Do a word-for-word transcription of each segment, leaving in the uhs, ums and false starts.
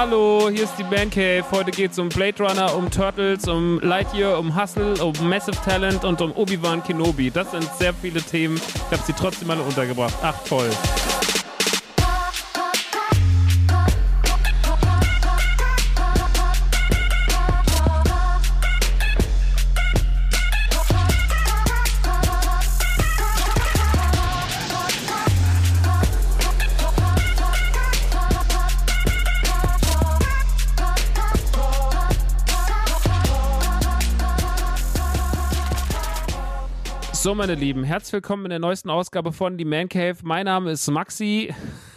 Hallo, hier ist die Man Cave. Heute geht es um Blade Runner, um Turtles, um Lightyear, um Hustle, um Massive Talent und um Obi-Wan Kenobi. Das sind sehr viele Themen. Ich habe sie trotzdem alle untergebracht. Ach, toll. So, meine Lieben, herzlich willkommen in der neuesten Ausgabe von Die Man Cave. Mein Name ist Maxi.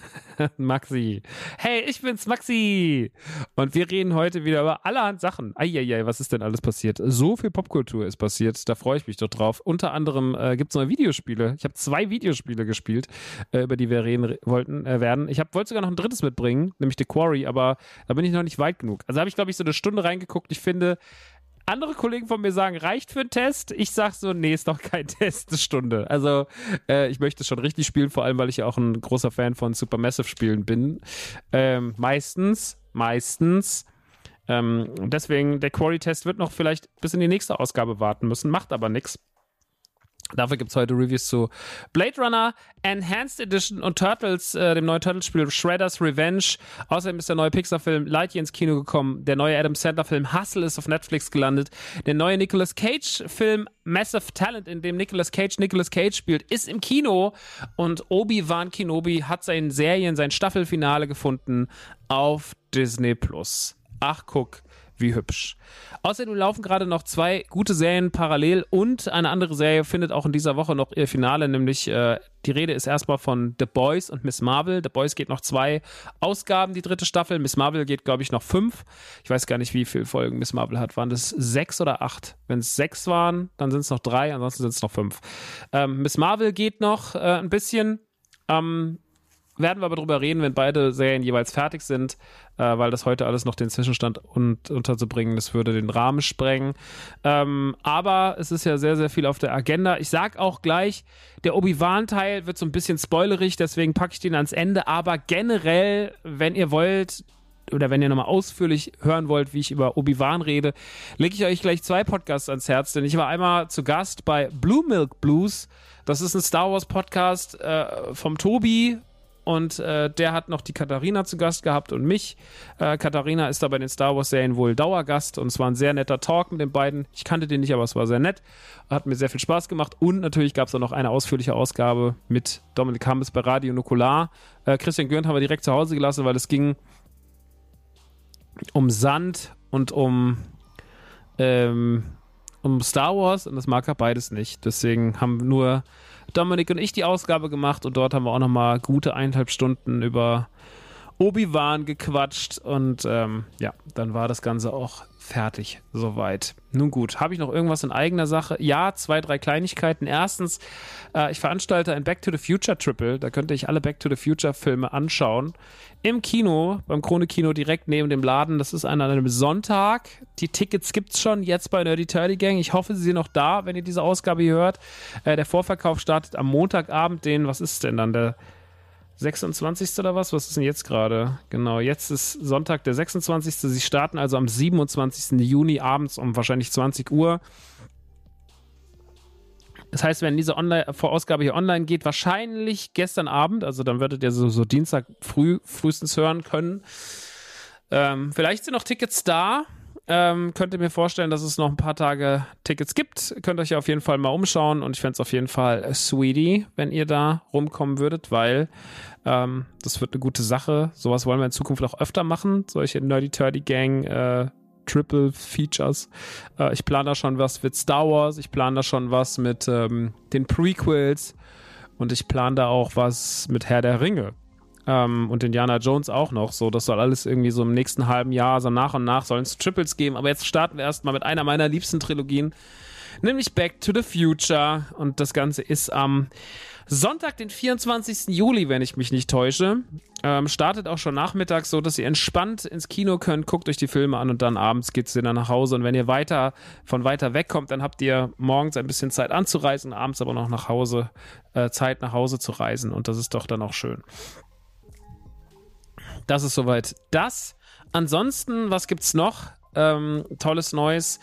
Maxi. Hey, ich bin's, Maxi. Und wir reden heute wieder über allerhand Sachen. Eieiei, was ist denn alles passiert? So viel Popkultur ist passiert, da freue ich mich doch drauf. Unter anderem äh, gibt's neue Videospiele. Ich habe zwei Videospiele gespielt, äh, über die wir reden wollten, äh, werden. Ich hab, wollte sogar noch ein drittes mitbringen, nämlich The Quarry, aber da bin ich noch nicht weit genug. Also habe ich, glaube ich, so eine Stunde reingeguckt. Ich finde... Andere Kollegen von mir sagen, reicht für einen Test. Ich sag so, nee, ist doch kein Test, eine Stunde. Also äh, ich möchte es schon richtig spielen, vor allem, weil ich ja auch ein großer Fan von Supermassive-Spielen bin. Ähm, meistens, meistens. Ähm, deswegen, der Quarry-Test wird noch vielleicht bis in die nächste Ausgabe warten müssen, macht aber nichts. Dafür gibt es heute Reviews zu Blade Runner, Enhanced Edition und Turtles, äh, dem neuen Turtles-Spiel Shredder's Revenge. Außerdem ist der neue Pixar-Film Lightyear ins Kino gekommen. Der neue Adam Sandler-Film Hustle ist auf Netflix gelandet. Der neue Nicolas Cage-Film Massive Talent, in dem Nicolas Cage Nicolas Cage spielt, ist im Kino. Und Obi-Wan Kenobi hat seinen Serien, sein Staffelfinale gefunden auf Disney Plus. Ach, guck. Wie hübsch. Außerdem laufen gerade noch zwei gute Serien parallel und eine andere Serie findet auch in dieser Woche noch ihr Finale, nämlich äh, die Rede ist erstmal von The Boys und Miss Marvel. The Boys geht noch zwei Ausgaben, die dritte Staffel. Miss Marvel geht, glaube ich, noch fünf. Ich weiß gar nicht, wie viele Folgen Miss Marvel hat. Waren das sechs oder acht? Wenn es sechs waren, dann sind es noch drei, ansonsten sind es noch fünf. Ähm, Miss Marvel geht noch äh, ein bisschen. Ähm, Werden wir aber drüber reden, wenn beide Serien jeweils fertig sind, äh, weil das heute alles noch den Zwischenstand und, unterzubringen, das würde den Rahmen sprengen. Ähm, aber es ist ja sehr, sehr viel auf der Agenda. Ich sag auch gleich, der Obi-Wan-Teil wird so ein bisschen spoilerig, deswegen packe ich den ans Ende. Aber generell, wenn ihr wollt, oder wenn ihr nochmal ausführlich hören wollt, wie ich über Obi-Wan rede, lege ich euch gleich zwei Podcasts ans Herz, denn ich war einmal zu Gast bei Blue Milk Blues. Das ist ein Star Wars Podcast äh, vom Tobi. Und äh, der hat noch die Katharina zu Gast gehabt und mich. Äh, Katharina ist da bei den Star Wars-Serien wohl Dauergast und es war ein sehr netter Talk mit den beiden. Ich kannte den nicht, aber es war sehr nett. Hat mir sehr viel Spaß gemacht. Und natürlich gab es auch noch eine ausführliche Ausgabe mit Dominik Hammes bei Radio Nukular. Äh, Christian Gürnt haben wir direkt zu Hause gelassen, weil es ging um Sand und um, ähm, um Star Wars und das mag er beides nicht. Deswegen haben nur Dominik und ich die Ausgabe gemacht und dort haben wir auch nochmal gute eineinhalb Stunden über Obi-Wan gequatscht und ähm, ja, dann war das Ganze auch fertig soweit. Nun gut, habe ich noch irgendwas in eigener Sache? Ja, zwei, drei Kleinigkeiten. Erstens, äh, ich veranstalte ein Back to the Future Triple, da könnte ich alle Back to the Future Filme anschauen. Im Kino, beim Krone Kino direkt neben dem Laden, das ist an einem Sonntag. Die Tickets gibt's schon jetzt bei Nerdy Turdy Gang. Ich hoffe, sie sind noch da, wenn ihr diese Ausgabe hier hört. Äh, der Vorverkauf startet am Montagabend, den, was ist denn dann, der sechsundzwanzigste oder was? Was ist denn jetzt gerade? Genau, jetzt ist Sonntag der sechsundzwanzigste Sie starten also am siebenundzwanzigsten Juni abends um wahrscheinlich zwanzig Uhr. Das heißt, wenn diese Online- Vorausgabe hier online geht, wahrscheinlich gestern Abend, also dann würdet ihr so, so Dienstag früh frühestens hören können. Ähm, vielleicht sind noch Tickets da. Ähm, könnt ihr mir vorstellen, dass es noch ein paar Tage Tickets gibt. Könnt euch auf jeden Fall mal umschauen und ich fände es auf jeden Fall sweetie, wenn ihr da rumkommen würdet, weil ähm, das wird eine gute Sache. Sowas wollen wir in Zukunft auch öfter machen, solche Nerdy Turdy Gang äh, Triple Features. Äh, ich plane da schon was mit Star Wars, ich plane da schon was mit ähm, den Prequels und ich plane da auch was mit Herr der Ringe. Ähm, und Indiana Jones auch noch. So, das soll alles irgendwie so im nächsten halben Jahr, so nach und nach sollen es Triples geben. Aber jetzt starten wir erstmal mit einer meiner liebsten Trilogien, nämlich Back to the Future. Und das Ganze ist am Sonntag, den vierundzwanzigsten Juli, wenn ich mich nicht täusche. Ähm, startet auch schon nachmittags, so dass ihr entspannt ins Kino könnt, guckt euch die Filme an und dann abends geht's dann nach Hause. Und wenn ihr weiter von weiter weg kommt, dann habt ihr morgens ein bisschen Zeit anzureisen, abends aber noch nach Hause, äh, Zeit nach Hause zu reisen. Und das ist doch dann auch schön. Das ist soweit das. ansonsten, was gibt's noch? Ähm, tolles Neues.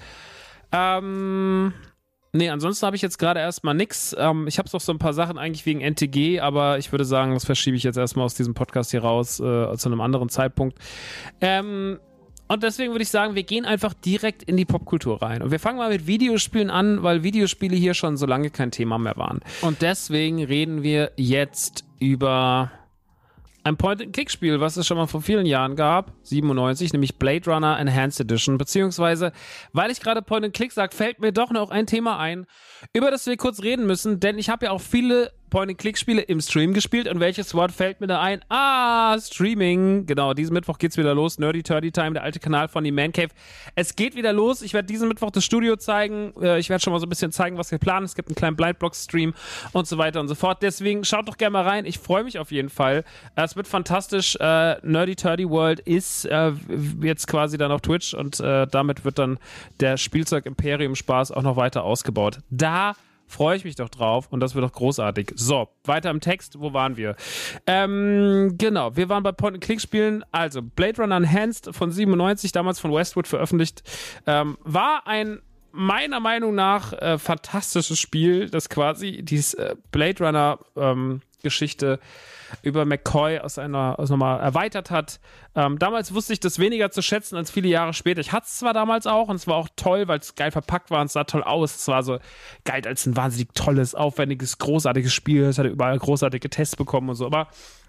Ähm, nee, ansonsten habe ich jetzt gerade erstmal nix. Ähm, ich habe noch so ein paar Sachen eigentlich wegen N T G, aber ich würde sagen, das verschiebe ich jetzt erstmal aus diesem Podcast hier raus, äh, zu einem anderen Zeitpunkt. Ähm, und deswegen würde ich sagen, wir gehen einfach direkt in die Popkultur rein. Und wir fangen mal mit Videospielen an, weil Videospiele hier schon so lange kein Thema mehr waren. Und deswegen reden wir jetzt über ein Point-and-Click-Spiel, was es schon mal vor vielen Jahren gab, siebenundneunzig, nämlich Blade Runner Enhanced Edition, beziehungsweise, weil ich gerade Point-and-Click sage, fällt mir doch noch ein Thema ein, über das wir kurz reden müssen, denn ich habe ja auch viele Point-and-Click-Spiele im Stream gespielt und welches Wort fällt mir da ein? Ah, Streaming. Genau, diesen Mittwoch geht's wieder los. Nerdy Turdy Time, der alte Kanal von die Man Cave. Es geht wieder los. Ich werde diesen Mittwoch das Studio zeigen. Ich werde schon mal so ein bisschen zeigen, was wir planen. Es gibt einen kleinen Blindbox-Stream und so weiter und so fort. Deswegen schaut doch gerne mal rein. Ich freue mich auf jeden Fall. Es wird fantastisch. Äh, Nerdy Turdy World ist äh, jetzt quasi dann auf Twitch und äh, damit wird dann der Spielzeug-Imperium-Spaß auch noch weiter ausgebaut. Da freue ich mich doch drauf und das wird doch großartig. So, weiter im Text, wo waren wir? Ähm, genau, wir waren bei Point-and-Click-Spielen, also Blade Runner Enhanced von siebenundneunzig, damals von Westwood veröffentlicht, ähm, war ein meiner Meinung nach äh, fantastisches Spiel, das quasi dieses äh, Blade Runner ähm, Geschichte über McCoy aus einer, aus nochmal erweitert hat. Ähm, damals wusste ich das weniger zu schätzen als viele Jahre später. Ich hatte es zwar damals auch und es war auch toll, weil es geil verpackt war und es sah toll aus. Es war so geil als ein wahnsinnig tolles, aufwendiges, großartiges Spiel. Es hatte überall großartige Tests bekommen und so. Aber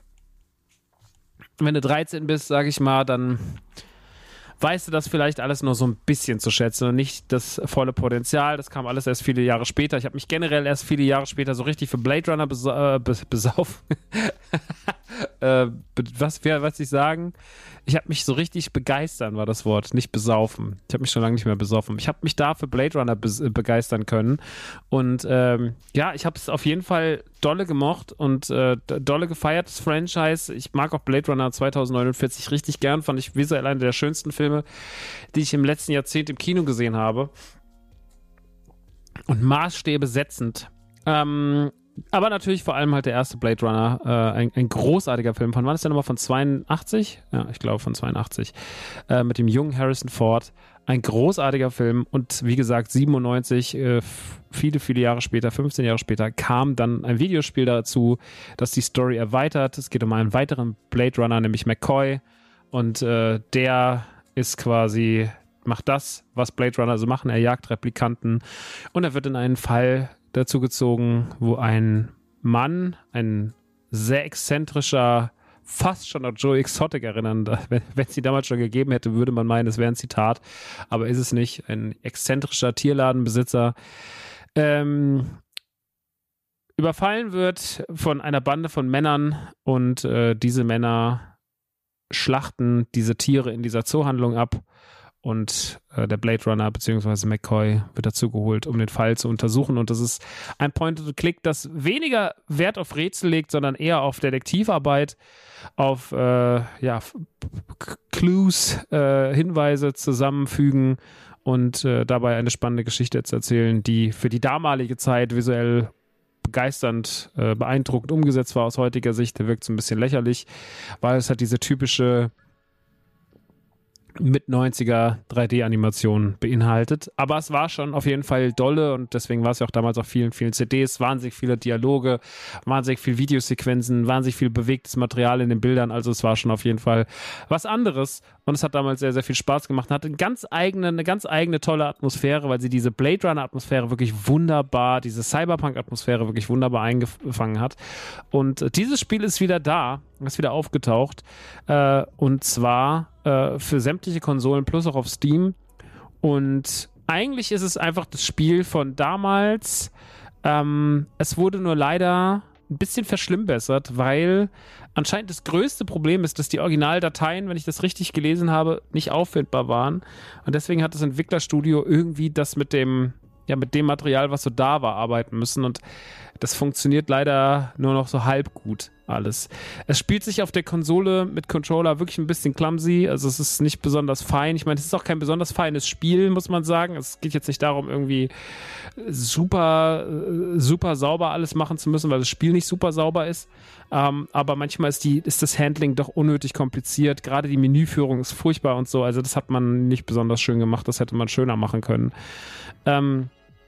wenn du dreizehn bist, sag ich mal, dann weißt du das vielleicht alles nur so ein bisschen zu schätzen und nicht das volle Potenzial. Das kam alles erst viele Jahre später. Ich habe mich generell erst viele Jahre später so richtig für Blade Runner besa- äh, bes- besaufen. äh, be- was, was ich sagen? Ich habe mich so richtig begeistern, war das Wort, nicht besaufen. Ich habe mich schon lange nicht mehr besoffen. Ich habe mich da für Blade Runner be- begeistern können. Und ähm, ja, ich habe es auf jeden Fall dolle gemocht und äh, dolle gefeiert, das Franchise. Ich mag auch Blade Runner zweitausendneunundvierzig richtig gern. Fand ich visuell einer der schönsten Filme, die ich im letzten Jahrzehnt im Kino gesehen habe. Und Maßstäbe setzend. Ähm, aber natürlich vor allem halt der erste Blade Runner, äh, ein, ein großartiger Film. Von wann ist der nochmal? Von zweiundachtzig? Ja, ich glaube von zweiundachtzig. Äh, mit dem jungen Harrison Ford. Ein großartiger Film und wie gesagt siebenundneunzig, äh, viele, viele Jahre später, fünfzehn Jahre später, kam dann ein Videospiel dazu, das die Story erweitert. Es geht um einen weiteren Blade Runner, nämlich McCoy und äh, der ist quasi, macht das, was Blade Runner so machen, er jagt Replikanten und er wird in einen Fall dazu gezogen, wo ein Mann, ein sehr exzentrischer, fast schon an Joe Exotic erinnern. Wenn es sie damals schon gegeben hätte, würde man meinen, es wäre ein Zitat, aber ist es nicht. Ein exzentrischer Tierladenbesitzer ähm, überfallen wird von einer Bande von Männern und äh, diese Männer schlachten diese Tiere in dieser Zoohandlung ab. Und äh, der Blade Runner bzw. McCoy wird dazu geholt, um den Fall zu untersuchen. Und das ist ein Point-and-Click, das weniger Wert auf Rätsel legt, sondern eher auf Detektivarbeit, auf äh, ja, Clues, äh, Hinweise zusammenfügen und äh, dabei eine spannende Geschichte zu erzählen, die für die damalige Zeit visuell begeisternd, äh, beeindruckend umgesetzt war aus heutiger Sicht. Der wirkt so ein bisschen lächerlich, weil es halt diese typische mit neunziger drei D-Animation beinhaltet. Aber es war schon auf jeden Fall dolle und deswegen war es ja auch damals auf vielen, vielen C Ds, wahnsinnig viele Dialoge, wahnsinnig viele Videosequenzen, wahnsinnig viel bewegtes Material in den Bildern. Also es war schon auf jeden Fall was anderes und es hat damals sehr, sehr viel Spaß gemacht. Hatte eine ganz eigene, eine ganz eigene tolle Atmosphäre, weil sie diese Blade Runner-Atmosphäre wirklich wunderbar, diese Cyberpunk-Atmosphäre wirklich wunderbar eingefangen hat. Und dieses Spiel ist wieder da, ist wieder aufgetaucht äh, und zwar äh, für sämtliche Konsolen plus auch auf Steam und eigentlich ist es einfach das Spiel von damals. Ähm, es wurde nur leider ein bisschen verschlimmbessert, weil anscheinend das größte Problem ist, dass die Originaldateien, wenn ich das richtig gelesen habe, nicht auffindbar waren und deswegen hat das Entwicklerstudio irgendwie das mit dem ja mit dem Material, was so da war, arbeiten müssen und das funktioniert leider nur noch so halb gut. alles. Es spielt sich auf der Konsole mit Controller wirklich ein bisschen clumsy, also es ist nicht besonders fein. Ich meine, es ist auch kein besonders feines Spiel, muss man sagen. Es geht jetzt nicht darum, irgendwie super, super sauber alles machen zu müssen, weil das Spiel nicht super sauber ist. Ähm, aber manchmal ist, die, ist das Handling doch unnötig kompliziert. Gerade die Menüführung ist furchtbar und so. Also das hat man nicht besonders schön gemacht. Das hätte man schöner machen können. Ähm,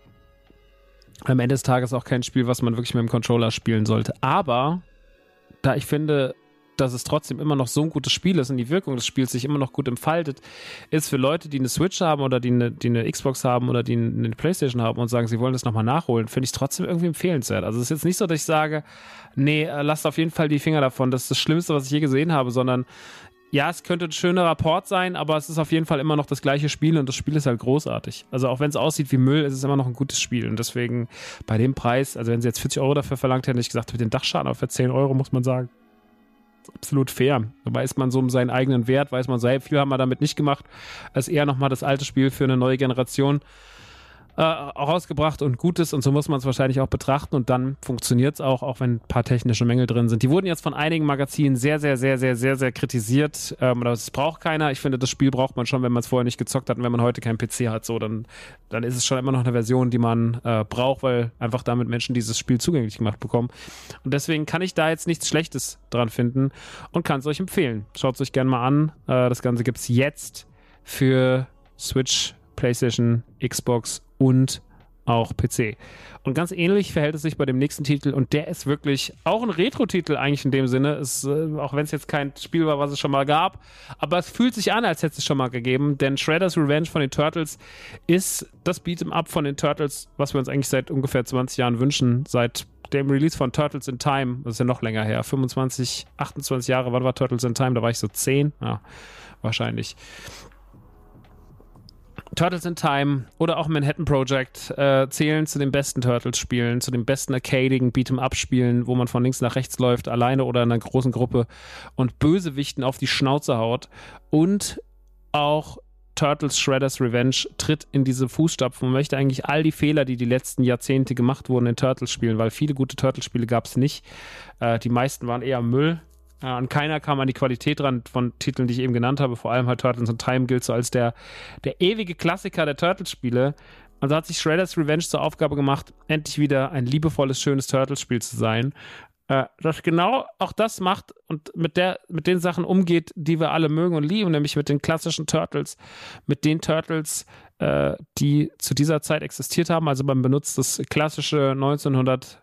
am Ende des Tages auch kein Spiel, was man wirklich mit dem Controller spielen sollte. Aber da ich finde, dass es trotzdem immer noch so ein gutes Spiel ist und die Wirkung des Spiels sich immer noch gut entfaltet, ist für Leute, die eine Switch haben oder die eine, die eine Xbox haben oder die eine Playstation haben und sagen, sie wollen das nochmal nachholen, finde ich es trotzdem irgendwie empfehlenswert. Also es ist jetzt nicht so, dass ich sage, nee, lasst auf jeden Fall die Finger davon, das ist das Schlimmste, was ich je gesehen habe, sondern ja, es könnte ein schönerer Port sein, aber es ist auf jeden Fall immer noch das gleiche Spiel und das Spiel ist halt großartig. Also auch wenn es aussieht wie Müll, ist es immer noch ein gutes Spiel und deswegen bei dem Preis, also wenn sie jetzt vierzig Euro dafür verlangt hätten, hätte ich gesagt, mit den Dachschaden, aber für zehn Euro muss man sagen, absolut fair. Da weiß man so um seinen eigenen Wert, weiß man so, hey, viel haben wir damit nicht gemacht, als eher nochmal das alte Spiel für eine neue Generation äh, rausgebracht und gut ist und so muss man es wahrscheinlich auch betrachten und dann funktioniert es auch, auch wenn ein paar technische Mängel drin sind. Die wurden jetzt von einigen Magazinen sehr, sehr, sehr, sehr, sehr, sehr kritisiert. Ähm, das braucht keiner. Ich finde, das Spiel braucht man schon, wenn man es vorher nicht gezockt hat und wenn man heute keinen P C hat, so, dann, dann ist es schon immer noch eine Version, die man äh, braucht, weil einfach damit Menschen dieses Spiel zugänglich gemacht bekommen. Und deswegen kann ich da jetzt nichts Schlechtes dran finden und kann es euch empfehlen. Schaut es euch gerne mal an. Äh, das Ganze gibt es jetzt für Switch, PlayStation, Xbox und auch P C. Und ganz ähnlich verhält es sich bei dem nächsten Titel und der ist wirklich auch ein Retro-Titel eigentlich in dem Sinne, ist, äh, auch wenn es jetzt kein Spiel war, was es schon mal gab, aber es fühlt sich an, als hätte es schon mal gegeben, denn Shredder's Revenge von den Turtles ist das Beat'em-up von den Turtles, was wir uns eigentlich seit ungefähr zwanzig Jahren wünschen, seit dem Release von Turtles in Time, das ist ja noch länger her, fünfundzwanzig, achtundzwanzig Jahre, wann war Turtles in Time? Da war ich so zehn, ja, wahrscheinlich. Turtles in Time oder auch Manhattan Project äh, zählen zu den besten Turtles-Spielen, zu den besten arcadigen Beat'em-up-Spielen, wo man von links nach rechts läuft, alleine oder in einer großen Gruppe und Bösewichten auf die Schnauze haut. Und auch Turtles Shredder's Revenge tritt in diese Fußstapfen und möchte eigentlich all die Fehler, die die letzten Jahrzehnte gemacht wurden in Turtles-Spielen, weil viele gute Turtles-Spiele gab es nicht. Äh, die meisten waren eher Müll. Ja, und keiner kam an die Qualität ran von Titeln, die ich eben genannt habe. Vor allem halt Turtles in Time gilt so als der, der ewige Klassiker der Turtles-Spiele. Und so hat sich Shredder's Revenge zur Aufgabe gemacht, endlich wieder ein liebevolles, schönes Turtles-Spiel zu sein. Äh, das genau auch das macht und mit, der, mit den Sachen umgeht, die wir alle mögen und lieben, nämlich mit den klassischen Turtles, mit den Turtles, äh, die zu dieser Zeit existiert haben. Also man benutzt das klassische neunzehnhundertneunzig,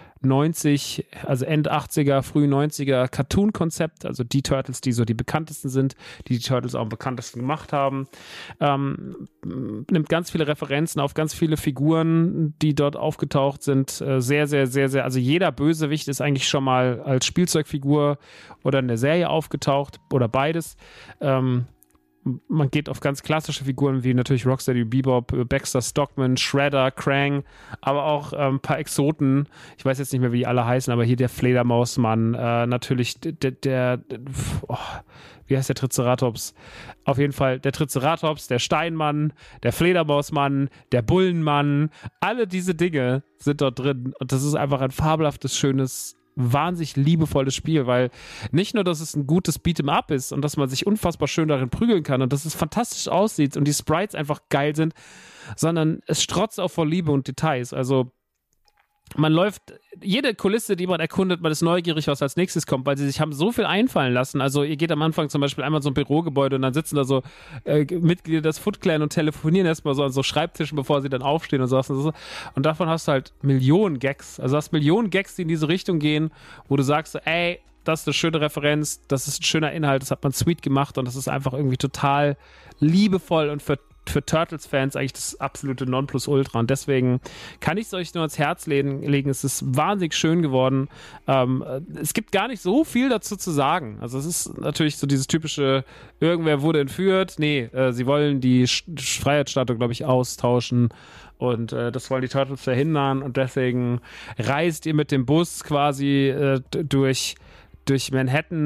also End achtziger, früh neunziger Cartoon-Konzept, also die Turtles, die so die bekanntesten sind, die die Turtles auch am bekanntesten gemacht haben. Ähm, nimmt ganz viele Referenzen auf ganz viele Figuren, die dort aufgetaucht sind. Äh, sehr, sehr, sehr, sehr, also jeder Bösewicht ist eigentlich schon mal als Spielzeugfigur oder in der Serie aufgetaucht oder beides. Ähm, Man geht auf ganz klassische Figuren wie natürlich Rocksteady, Bebop, Baxter Stockman, Shredder, Krang, aber auch äh, ein paar Exoten. Ich weiß jetzt nicht mehr, wie die alle heißen, aber hier der Fledermausmann, äh, natürlich der, der, der oh, wie heißt der Triceratops? Auf jeden Fall der Triceratops, der Steinmann, der Fledermausmann, der Bullenmann, alle diese Dinge sind dort drin und das ist einfach ein fabelhaftes, schönes, wahnsinnig liebevolles Spiel, weil nicht nur, dass es ein gutes Beat'em-up ist und dass man sich unfassbar schön darin prügeln kann und dass es fantastisch aussieht und die Sprites einfach geil sind, sondern es strotzt auch vor Liebe und Details. Also man läuft, jede Kulisse, die man erkundet, man ist neugierig, was als nächstes kommt, weil sie sich haben so viel einfallen lassen. Also ihr geht am Anfang zum Beispiel einmal so ein Bürogebäude und dann sitzen da so äh, Mitglieder des Foot Clan und telefonieren erstmal so an so Schreibtischen, bevor sie dann aufstehen und sowas. Und, so. Und davon hast du halt Millionen Gags. Also hast Millionen Gags, die in diese Richtung gehen, wo du sagst, ey, das ist eine schöne Referenz, das ist ein schöner Inhalt, das hat man sweet gemacht und das ist einfach irgendwie total liebevoll und für für Turtles-Fans eigentlich das absolute Nonplusultra und deswegen kann ich es euch nur ans Herz legen. Es ist wahnsinnig schön geworden. Ähm, es gibt gar nicht so viel dazu zu sagen. Also es ist natürlich so dieses typische, irgendwer wurde entführt. Nee, äh, sie wollen die Sch- Freiheitsstatue, glaube ich, austauschen und äh, das wollen die Turtles verhindern und deswegen reist ihr mit dem Bus quasi äh, durch, durch Manhattan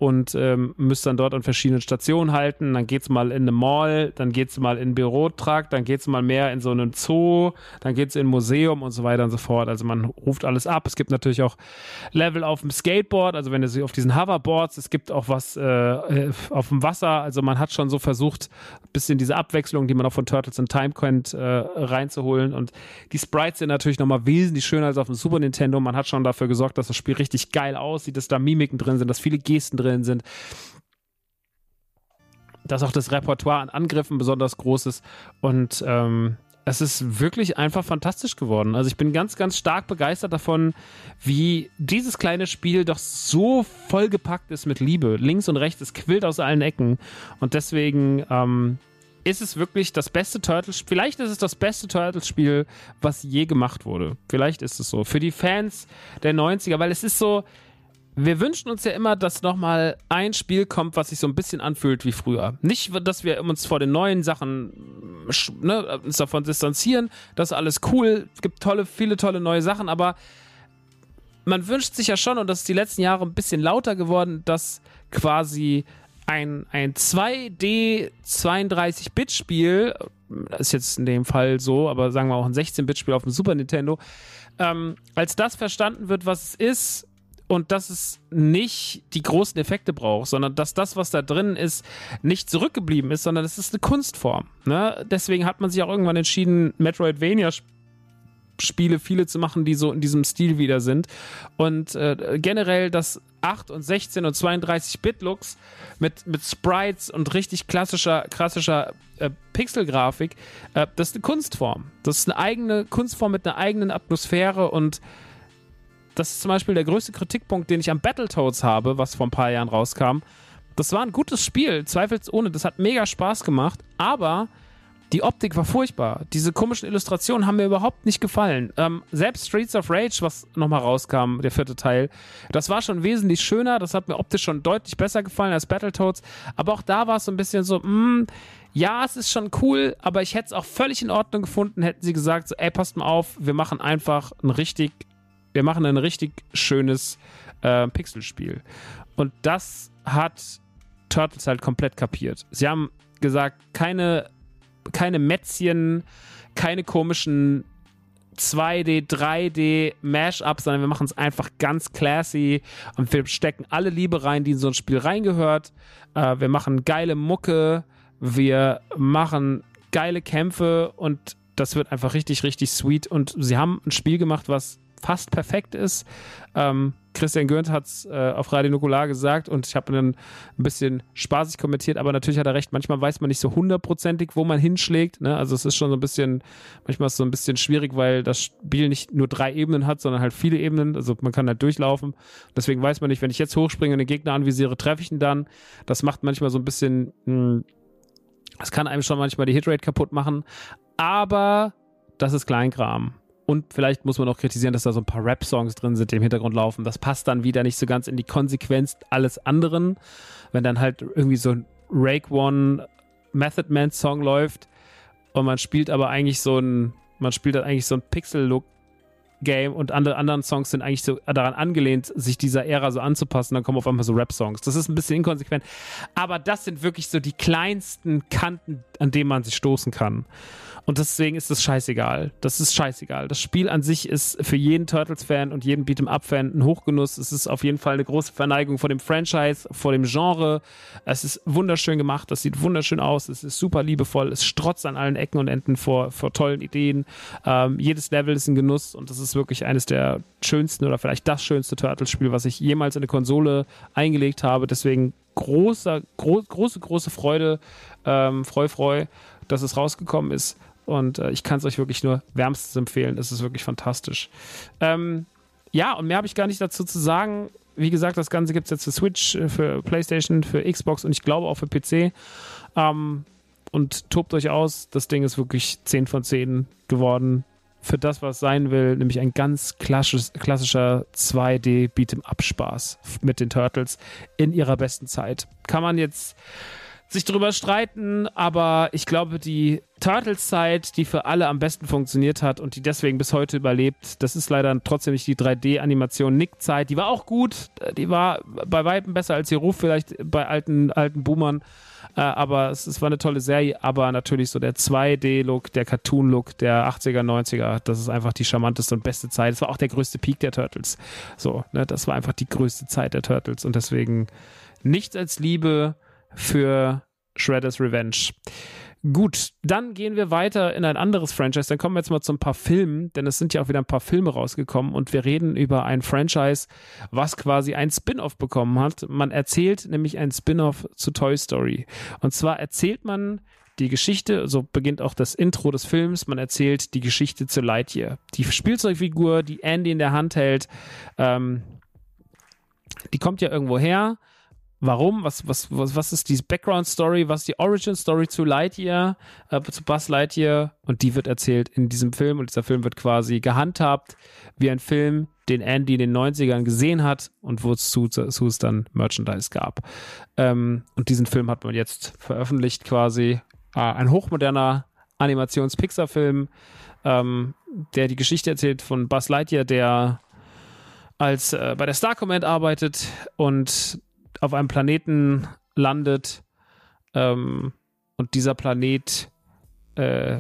und ähm, müsst dann dort an verschiedenen Stationen halten. Dann geht's mal in eine Mall, dann geht's mal in einen Bürotrakt, dann geht's mal mehr in so einen Zoo, dann geht's in ein Museum und so weiter und so fort. Also man ruft alles ab. Es gibt natürlich auch Level auf dem Skateboard, also wenn ihr auf diesen Hoverboards, es gibt auch was äh, auf dem Wasser. Also man hat schon so versucht, ein bisschen diese Abwechslung, die man auch von Turtles in Time kennt, äh, reinzuholen. Und die Sprites sind natürlich nochmal wesentlich schöner als auf dem Super Nintendo. Man hat schon dafür gesorgt, dass das Spiel richtig geil aussieht, dass da Mimiken drin sind, dass viele Gesten drin sind, dass auch das Repertoire an Angriffen besonders groß ist und ähm, es ist wirklich einfach fantastisch geworden. Also ich bin ganz, ganz stark begeistert davon, wie dieses kleine Spiel doch so vollgepackt ist mit Liebe. Links und rechts, es quillt aus allen Ecken und deswegen ähm, ist es wirklich das beste Turtles-Spiel. Vielleicht ist es das beste Turtles-Spiel, was je gemacht wurde. Vielleicht ist es so. Für die Fans der neunziger, weil es ist so, wir wünschen uns ja immer, dass nochmal ein Spiel kommt, was sich so ein bisschen anfühlt wie früher. Nicht, dass wir uns vor den neuen Sachen ne, uns davon distanzieren. Das ist alles cool. Es gibt tolle, viele tolle neue Sachen, aber man wünscht sich ja schon, und das ist die letzten Jahre ein bisschen lauter geworden, dass quasi ein, ein zwei D zweiunddreißig Bit Spiel, das ist jetzt in dem Fall so, aber sagen wir auch ein sechzehn Bit Spiel auf dem Super Nintendo, ähm, als das verstanden wird, was es ist, und dass es nicht die großen Effekte braucht, sondern dass das, was da drin ist, nicht zurückgeblieben ist, sondern es ist eine Kunstform. Ne? Deswegen hat man sich auch irgendwann entschieden, Metroidvania-Spiele viele zu machen, die so in diesem Stil wieder sind. Und äh, generell das acht und sechzehn und zweiunddreißig Bit Looks mit, mit Sprites und richtig klassischer, klassischer äh, Pixelgrafik, äh, das ist eine Kunstform. Das ist eine eigene Kunstform mit einer eigenen Atmosphäre und das ist zum Beispiel der größte Kritikpunkt, den ich am Battletoads habe, was vor ein paar Jahren rauskam. Das war ein gutes Spiel, zweifelsohne. Das hat mega Spaß gemacht, aber die Optik war furchtbar. Diese komischen Illustrationen haben mir überhaupt nicht gefallen. Ähm, selbst Streets of Rage, was nochmal rauskam, der vierte Teil, das war schon wesentlich schöner. Das hat mir optisch schon deutlich besser gefallen als Battletoads. Aber auch da war es so ein bisschen so, mh, ja, es ist schon cool, aber ich hätte es auch völlig in Ordnung gefunden, hätten sie gesagt, so, ey, passt mal auf, wir machen einfach ein richtig Wir machen ein richtig schönes äh, Pixelspiel. Und das hat Turtles halt komplett kapiert. Sie haben gesagt, keine, keine Mätzchen, keine komischen zwei D, drei D Mash-Ups, sondern wir machen es einfach ganz classy und wir stecken alle Liebe rein, die in so ein Spiel reingehört. Äh, wir machen geile Mucke, wir machen geile Kämpfe und das wird einfach richtig, richtig sweet. Und sie haben ein Spiel gemacht, was fast perfekt ist. Ähm, Christian Gürnt hat es äh, auf Radio Nukular gesagt und ich habe dann ein bisschen spaßig kommentiert, aber natürlich hat er recht, manchmal weiß man nicht so hundertprozentig, wo man hinschlägt. Ne? Also es ist schon so ein bisschen, manchmal ist es so ein bisschen schwierig, weil das Spiel nicht nur drei Ebenen hat, sondern halt viele Ebenen. Also man kann halt durchlaufen. Deswegen weiß man nicht, wenn ich jetzt hochspringe und den Gegner anvisiere, treffe ich ihn dann. Das macht manchmal so ein bisschen, mh, das kann einem schon manchmal die Hitrate kaputt machen. Aber das ist Kleinkram. Und vielleicht muss man auch kritisieren, dass da so ein paar Rap-Songs drin sind, die im Hintergrund laufen. Das passt dann wieder nicht so ganz in die Konsequenz alles anderen. Wenn dann halt irgendwie so ein Rake One Method Man Song läuft und man spielt aber eigentlich so ein, man spielt dann eigentlich so ein Pixel-Look Game und andere anderen Songs sind eigentlich so daran angelehnt, sich dieser Ära so anzupassen, dann kommen auf einmal so Rap-Songs. Das ist ein bisschen inkonsequent, aber das sind wirklich so die kleinsten Kanten, an denen man sich stoßen kann. Und deswegen ist das scheißegal. Das ist scheißegal. Das Spiel an sich ist für jeden Turtles-Fan und jeden Beat'em-Up-Fan ein Hochgenuss. Es ist auf jeden Fall eine große Verneigung vor dem Franchise, vor dem Genre. Es ist wunderschön gemacht. Das sieht wunderschön aus. Es ist super liebevoll. Es strotzt an allen Ecken und Enden vor, vor tollen Ideen. Ähm, jedes Level ist ein Genuss und das ist wirklich eines der schönsten oder vielleicht das schönste Turtles-Spiel, was ich jemals in eine Konsole eingelegt habe. Deswegen großer, gro- große, große Freude, ähm, freu, freu, dass es rausgekommen ist. Und äh, ich kann es euch wirklich nur wärmstens empfehlen. Es ist wirklich fantastisch. Ähm, ja, und mehr habe ich gar nicht dazu zu sagen. Wie gesagt, das Ganze gibt es jetzt für Switch, für PlayStation, für Xbox und ich glaube auch für P C. Ähm, und tobt euch aus. Das Ding ist wirklich zehn von zehn geworden. Für das, was es sein will, nämlich ein ganz klassisch, klassischer zwei D Beat'em-Up-Spaß mit den Turtles in ihrer besten Zeit. Kann man jetzt sich drüber streiten, aber ich glaube, die Turtles-Zeit, die für alle am besten funktioniert hat und die deswegen bis heute überlebt, das ist leider trotzdem nicht die drei D-Animation Nick-Zeit. Die war auch gut, die war bei Weitem besser als ihr Ruf vielleicht bei alten, alten Boomern, äh, aber es, es war eine tolle Serie, aber natürlich so der zwei D-Look, der Cartoon-Look der achtziger, neunziger, das ist einfach die charmanteste und beste Zeit. Es war auch der größte Peak der Turtles. So, ne, das war einfach die größte Zeit der Turtles und deswegen nichts als Liebe für Shredder's Revenge. Gut, dann gehen wir weiter in ein anderes Franchise. Dann kommen wir jetzt mal zu ein paar Filmen, denn es sind ja auch wieder ein paar Filme rausgekommen und wir reden über ein Franchise, was quasi ein Spin-off bekommen hat. Man erzählt nämlich ein Spin-off zu Toy Story. Und zwar erzählt man die Geschichte, so beginnt auch das Intro des Films, man erzählt die Geschichte zu Lightyear. Die Spielzeugfigur, die Andy in der Hand hält, ähm, die kommt ja irgendwo her. Warum? Was, was, was, was ist die Background-Story? Was ist die Origin-Story zu Lightyear, äh, zu Buzz Lightyear? Und die wird erzählt in diesem Film. Und dieser Film wird quasi gehandhabt wie ein Film, den Andy in den neunzigern gesehen hat und wozu zu es dann Merchandise gab. Ähm, und diesen Film hat man jetzt veröffentlicht quasi. Äh, ein hochmoderner Animations-Pixar-Film, ähm, der die Geschichte erzählt von Buzz Lightyear, der als äh, bei der Star Command arbeitet und auf einem Planeten landet ähm, und dieser Planet, äh,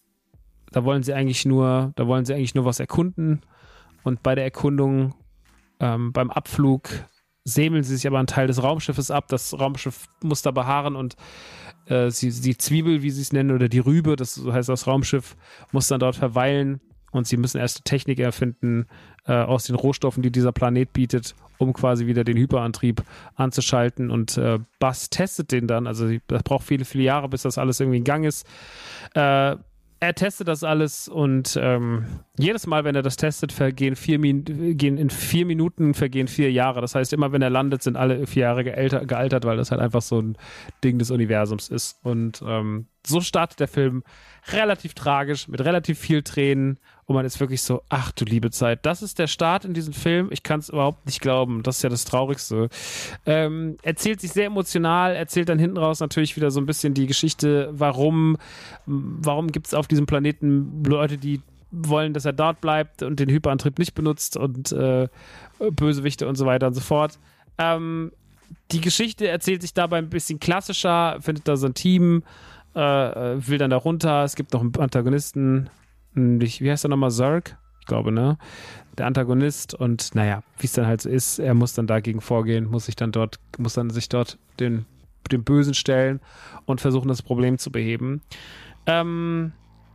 da wollen sie eigentlich nur, da wollen sie eigentlich nur was erkunden und bei der Erkundung, ähm, beim Abflug säbeln sie sich aber einen Teil des Raumschiffes ab. Das Raumschiff muss da beharren und äh, sie, die Zwiebel, wie sie es nennen, oder die Rübe, das heißt das Raumschiff, muss dann dort verweilen und sie müssen erste Technik erfinden äh, aus den Rohstoffen, die dieser Planet bietet, um quasi wieder den Hyperantrieb anzuschalten und äh, Buzz testet den dann, also das braucht viele, viele Jahre, bis das alles irgendwie in Gang ist. Äh, er testet das alles und ähm, jedes Mal, wenn er das testet, vergehen vier Min- gehen in vier Minuten vergehen vier Jahre. Das heißt, immer wenn er landet, sind alle vier Jahre gealter- gealtert, weil das halt einfach so ein Ding des Universums ist. Und ähm, so startet der Film relativ tragisch, mit relativ viel Tränen und man ist wirklich so, ach du liebe Zeit, das ist der Start in diesem Film, ich kann es überhaupt nicht glauben, das ist ja das Traurigste. Ähm, erzählt sich sehr emotional, erzählt dann hinten raus natürlich wieder so ein bisschen die Geschichte, warum, warum gibt es auf diesem Planeten Leute, die wollen, dass er dort bleibt und den Hyperantrieb nicht benutzt und äh, Bösewichte und so weiter und so fort. Ähm, die Geschichte erzählt sich dabei ein bisschen klassischer, findet da so ein Team, äh, will dann da runter, es gibt noch einen Antagonisten, wie heißt er nochmal, Zurg? Ich glaube, ne? Der Antagonist und naja, wie es dann halt so ist, er muss dann dagegen vorgehen, muss sich dann dort, muss dann sich dort den, dem Bösen stellen und versuchen, das Problem zu beheben. Ähm,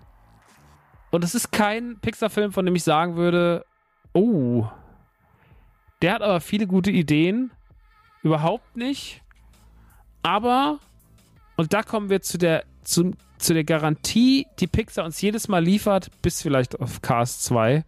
und es ist kein Pixar-Film, von dem ich sagen würde, oh, der hat aber viele gute Ideen, überhaupt nicht, aber, und da kommen wir zu der, zum zu der Garantie, die Pixar uns jedes Mal liefert, bis vielleicht auf Cars zwei.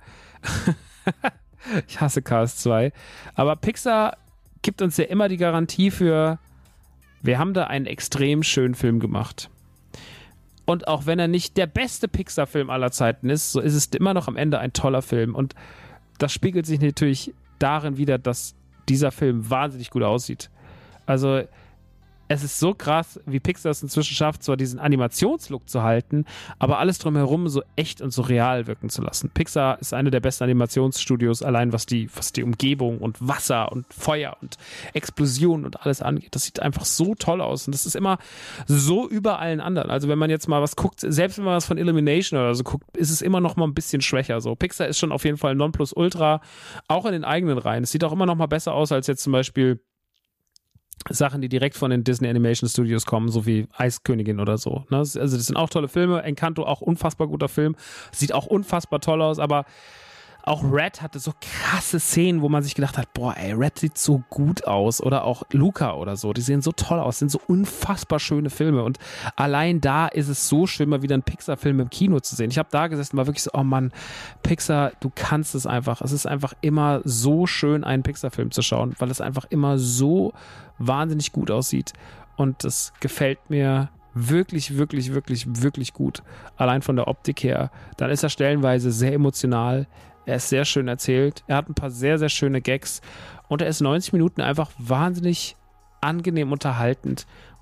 Ich hasse Cars zwei. Aber Pixar gibt uns ja immer die Garantie für, wir haben da einen extrem schönen Film gemacht. Und auch wenn er nicht der beste Pixar-Film aller Zeiten ist, so ist es immer noch am Ende ein toller Film. Und das spiegelt sich natürlich darin wider, dass dieser Film wahnsinnig gut aussieht. Also es ist so krass, wie Pixar es inzwischen schafft, zwar diesen Animationslook zu halten, aber alles drumherum so echt und so real wirken zu lassen. Pixar ist eine der besten Animationsstudios, allein was die, was die Umgebung und Wasser und Feuer und Explosionen und alles angeht. Das sieht einfach so toll aus und das ist immer so über allen anderen. Also wenn man jetzt mal was guckt, selbst wenn man was von Illumination oder so guckt, ist es immer noch mal ein bisschen schwächer. So, Pixar ist schon auf jeden Fall Nonplusultra, auch in den eigenen Reihen. Es sieht auch immer noch mal besser aus als jetzt zum Beispiel Sachen, die direkt von den Disney Animation Studios kommen, so wie Eiskönigin oder so. Ne? Also das sind auch tolle Filme. Encanto, auch unfassbar guter Film. Sieht auch unfassbar toll aus, aber auch Red hatte so krasse Szenen, wo man sich gedacht hat, boah, ey, Red sieht so gut aus. Oder auch Luca oder so. Die sehen so toll aus, sind so unfassbar schöne Filme. Und allein da ist es so schön, mal wieder einen Pixar-Film im Kino zu sehen. Ich habe da gesessen, war wirklich so, oh Mann, Pixar, du kannst es einfach. Es ist einfach immer so schön, einen Pixar-Film zu schauen, weil es einfach immer so wahnsinnig gut aussieht. Und das gefällt mir wirklich, wirklich, wirklich, wirklich gut. Allein von der Optik her. Dann ist er stellenweise sehr emotional. Er ist sehr schön erzählt. Er hat ein paar sehr, sehr schöne Gags. Und er ist neunzig Minuten einfach wahnsinnig angenehm unterhaltend.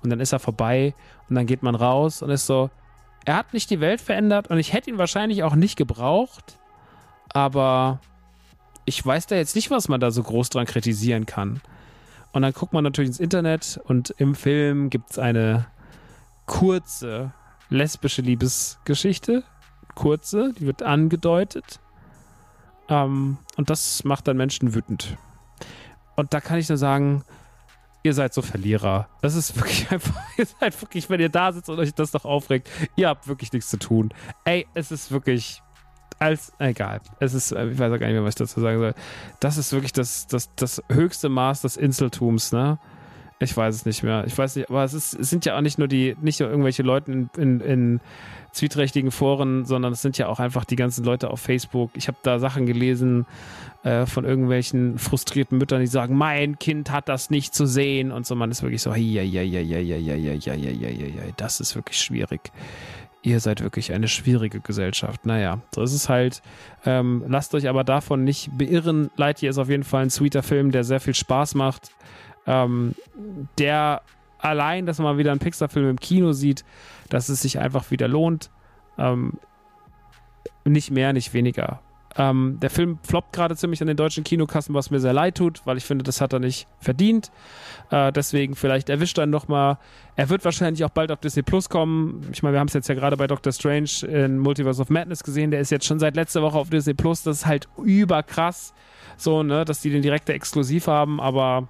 und dann ist er vorbei und dann geht man raus und ist so, er hat nicht die Welt verändert und ich hätte ihn wahrscheinlich auch nicht gebraucht, aber ich weiß da jetzt nicht, was man da so groß dran kritisieren kann. Und dann guckt man natürlich ins Internet und im Film gibt es eine kurze lesbische Liebesgeschichte. Kurze, die wird angedeutet. Ähm, und das macht dann Menschen wütend. Und da kann ich nur sagen, ihr seid so Verlierer. Das ist wirklich einfach, ihr seid wirklich, wenn ihr da sitzt und euch das doch aufregt, ihr habt wirklich nichts zu tun. Ey, es ist wirklich, als, egal, es ist, ich weiß auch gar nicht mehr, was ich dazu sagen soll. Das ist wirklich das, das, das höchste Maß des Inseltums, ne? Ich weiß es nicht mehr. Ich weiß nicht, aber es, ist, es sind ja auch nicht nur die, nicht nur irgendwelche Leute in, in, in zwiehträchtigen Foren, sondern es sind ja auch einfach die ganzen Leute auf Facebook. Ich habe da Sachen gelesen äh, von irgendwelchen frustrierten Müttern, die sagen, mein Kind hat das nicht zu sehen und so. Man ist wirklich so, ja, ja, ja, ja, ja, ja, ja, ja, ja, ja, ja, ja, das ist wirklich schwierig. Ihr seid wirklich eine schwierige Gesellschaft. Naja, so ist es halt. Ähm, lasst euch aber davon nicht beirren. Lightyear ist auf jeden Fall ein sweeter Film, der sehr viel Spaß macht. Ähm, der allein, dass man mal wieder einen Pixar-Film im Kino sieht, dass es sich einfach wieder lohnt. Ähm, nicht mehr, nicht weniger. Ähm, der Film floppt gerade ziemlich an den deutschen Kinokassen, was mir sehr leid tut, weil ich finde, das hat er nicht verdient. Äh, deswegen vielleicht erwischt er ihn nochmal. Er wird wahrscheinlich auch bald auf Disney Plus kommen. Ich meine, wir haben es jetzt ja gerade bei Doctor Strange in Multiverse of Madness gesehen. Der ist jetzt schon seit letzter Woche auf Disney Plus. Das ist halt überkrass, so, ne, dass die den direkt exklusiv haben, aber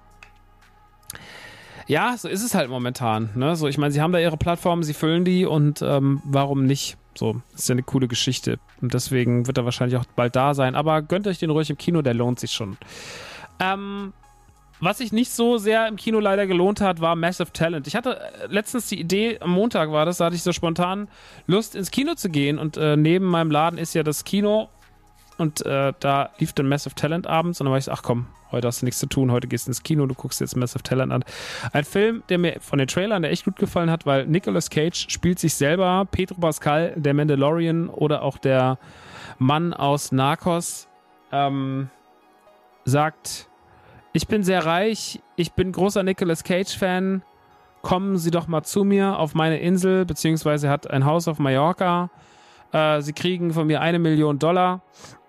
ja, so ist es halt momentan. Ne? So, ich meine, sie haben da ihre Plattformen, sie füllen die und ähm, warum nicht? So, ist ja eine coole Geschichte. Und deswegen wird er wahrscheinlich auch bald da sein. Aber gönnt euch den ruhig im Kino, der lohnt sich schon. Ähm, was sich nicht so sehr im Kino leider gelohnt hat, war Massive Talent. Ich hatte letztens die Idee, am Montag war das, da hatte ich so spontan Lust, ins Kino zu gehen. Und äh, neben meinem Laden ist ja das Kino. Und äh, da lief dann Massive Talent abends. Und dann war ich so, ach komm, heute hast du nichts zu tun, heute gehst du ins Kino, du guckst jetzt Massive Talent an. Ein Film, der mir von den Trailern der echt gut gefallen hat, weil Nicolas Cage spielt sich selber, Pedro Pascal, der Mandalorian oder auch der Mann aus Narcos, ähm, sagt, ich bin sehr reich, ich bin großer Nicolas Cage-Fan, kommen Sie doch mal zu mir auf meine Insel, beziehungsweise hat ein Haus auf Mallorca, äh, Sie kriegen von mir eine Million Dollar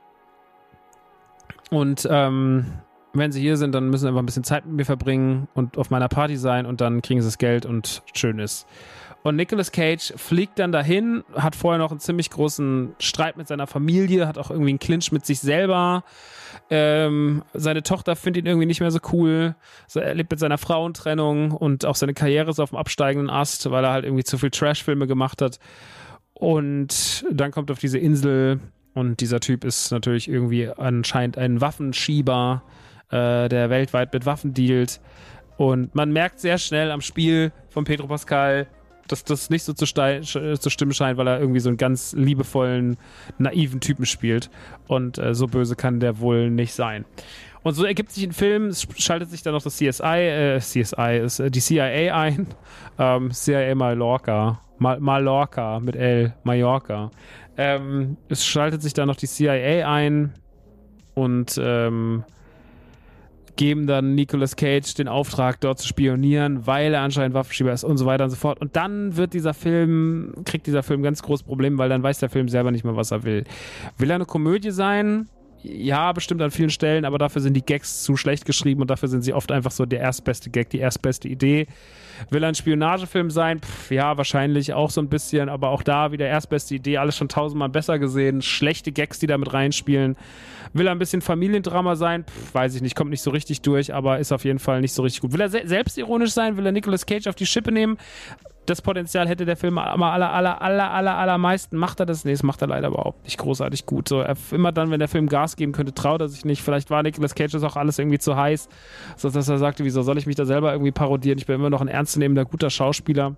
und ähm, wenn sie hier sind, dann müssen sie einfach ein bisschen Zeit mit mir verbringen und auf meiner Party sein und dann kriegen sie das Geld und schön ist. Und Nicolas Cage fliegt dann dahin, hat vorher noch einen ziemlich großen Streit mit seiner Familie, hat auch irgendwie einen Clinch mit sich selber. Ähm, seine Tochter findet ihn irgendwie nicht mehr so cool. So, er lebt mit seiner Frauentrennung und auch seine Karriere ist auf dem absteigenden Ast, weil er halt irgendwie zu viel Trash-Filme gemacht hat. Und dann kommt auf diese Insel und dieser Typ ist natürlich irgendwie anscheinend ein Waffenschieber, der weltweit mit Waffen dealt. Und man merkt sehr schnell am Spiel von Pedro Pascal, dass das nicht so zu, stein, zu stimmen scheint, weil er irgendwie so einen ganz liebevollen, naiven Typen spielt. Und äh, so böse kann der wohl nicht sein. Und so ergibt sich ein Film, es schaltet sich dann noch das C S I, äh, C S I ist äh, die C I A ein. Ähm, C I A Mallorca. Mal Mallorca mit L, Mallorca. Ähm, es schaltet sich dann noch die C I A ein und ähm, geben dann Nicolas Cage den Auftrag, dort zu spionieren, weil er anscheinend Waffenschieber ist und so weiter und so fort. Und dann wird dieser Film, kriegt dieser Film ganz großes Problem, weil dann weiß der Film selber nicht mehr, was er will. Will er eine Komödie sein? Ja, bestimmt an vielen Stellen, aber dafür sind die Gags zu schlecht geschrieben und dafür sind sie oft einfach so der erstbeste Gag, die erstbeste Idee. Will er ein Spionagefilm sein? Pff, ja, wahrscheinlich auch so ein bisschen, aber auch da wieder erstbeste Idee, alles schon tausendmal besser gesehen, schlechte Gags, die da mit reinspielen. Will er ein bisschen Familiendrama sein? Pff, weiß ich nicht, kommt nicht so richtig durch, aber ist auf jeden Fall nicht so richtig gut. Will er se- selbstironisch sein? Will er Nicolas Cage auf die Schippe nehmen? Das Potenzial hätte der Film aber aller, aller, aller, aller, allermeisten. Macht er das? Nee, das macht er leider überhaupt nicht großartig gut. So, er, immer dann, wenn der Film Gas geben könnte, traut er sich nicht. Vielleicht war Nicolas Cage das auch alles irgendwie zu heiß, so dass er sagte, wieso soll ich mich da selber irgendwie parodieren? Ich bin immer noch ein ernstzunehmender, guter Schauspieler.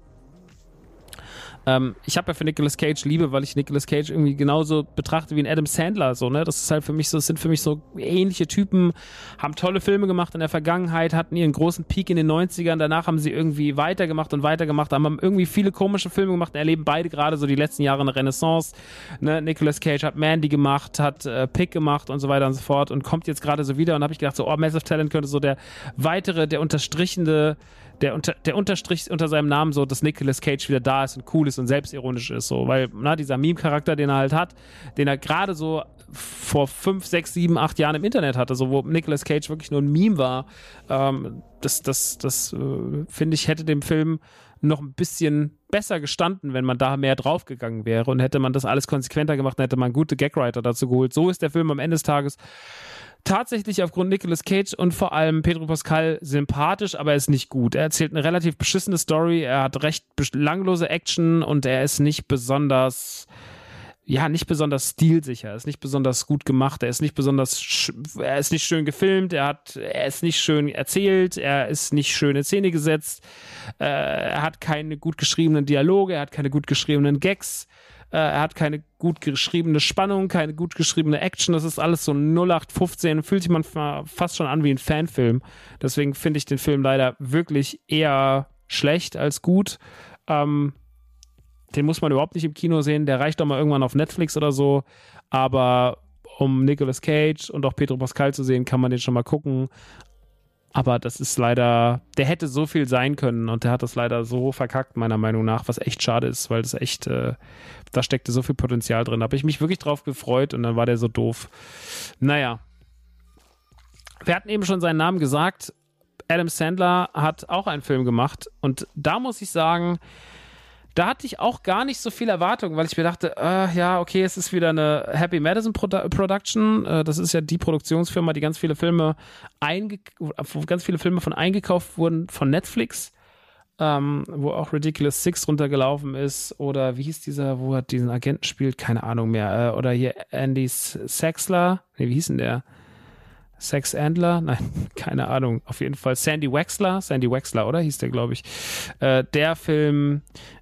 Ähm, ich habe ja für Nicolas Cage Liebe, weil ich Nicolas Cage irgendwie genauso betrachte wie ein Adam Sandler, so, ne? Das ist halt für mich so, es sind für mich so ähnliche Typen, haben tolle Filme gemacht in der Vergangenheit, hatten ihren großen Peak in den neunzigern, danach haben sie irgendwie weitergemacht und weitergemacht, haben irgendwie viele komische Filme gemacht, erleben beide gerade so die letzten Jahre eine Renaissance, ne? Nicolas Cage hat Mandy gemacht, hat äh, Pick gemacht und so weiter und so fort und kommt jetzt gerade so wieder und habe ich gedacht so, oh, Massive Talent könnte so der weitere, der unterstrichende der, unter, der Unterstrich unter seinem Namen so, dass Nicolas Cage wieder da ist und cool ist und selbstironisch ist, so, weil, na, dieser Meme-Charakter, den er halt hat, den er gerade so vor fünf, sechs, sieben, acht Jahren im Internet hatte, so, wo Nicolas Cage wirklich nur ein Meme war, ähm, das, das, das, äh, finde ich, hätte dem Film noch ein bisschen besser gestanden, wenn man da mehr draufgegangen wäre und hätte man das alles konsequenter gemacht, dann hätte man gute Gagwriter dazu geholt. So ist der Film am Ende des Tages tatsächlich aufgrund Nicolas Cage und vor allem Pedro Pascal sympathisch, aber er ist nicht gut. Er erzählt eine relativ beschissene Story, er hat recht langlose Action und er ist nicht besonders, ja, nicht besonders stilsicher, er ist nicht besonders gut gemacht, er ist nicht besonders, sch- er ist nicht schön gefilmt, er hat, er ist nicht schön erzählt, er ist nicht schön in Szene gesetzt, äh, er hat keine gut geschriebenen Dialoge, er hat keine gut geschriebenen Gags, äh, er hat keine gut geschriebene Spannung, keine gut geschriebene Action, das ist alles so null acht fünfzehn, fühlt sich man fast schon an wie ein Fanfilm. Deswegen finde ich den Film leider wirklich eher schlecht als gut. Ähm, den muss man überhaupt nicht im Kino sehen, der reicht doch mal irgendwann auf Netflix oder so, aber um Nicolas Cage und auch Pedro Pascal zu sehen, kann man den schon mal gucken. Aber das ist leider, der hätte so viel sein können und der hat das leider so verkackt, meiner Meinung nach, was echt schade ist, weil das echt, äh, da steckte so viel Potenzial drin. Da habe ich mich wirklich drauf gefreut und dann war der so doof. Naja. Wir hatten eben schon seinen Namen gesagt. Adam Sandler hat auch einen Film gemacht und da muss ich sagen, da hatte ich auch gar nicht so viel Erwartung, weil ich mir dachte, äh, ja, okay, es ist wieder eine Happy Madison Produ- Production. Äh, das ist ja die Produktionsfirma, die ganz viele Filme einge- wo ganz viele Filme von eingekauft wurden von Netflix, ähm, wo auch Ridiculous Six runtergelaufen ist. Oder wie hieß dieser, wo er diesen Agenten spielt? Keine Ahnung mehr. Äh, oder hier Andy Sexler. Nee, wie hieß denn der? Sex Andler? Nein, keine Ahnung. Auf jeden Fall Sandy Wexler. Sandy Wexler, oder? Hieß der, glaube ich. Äh, der Film,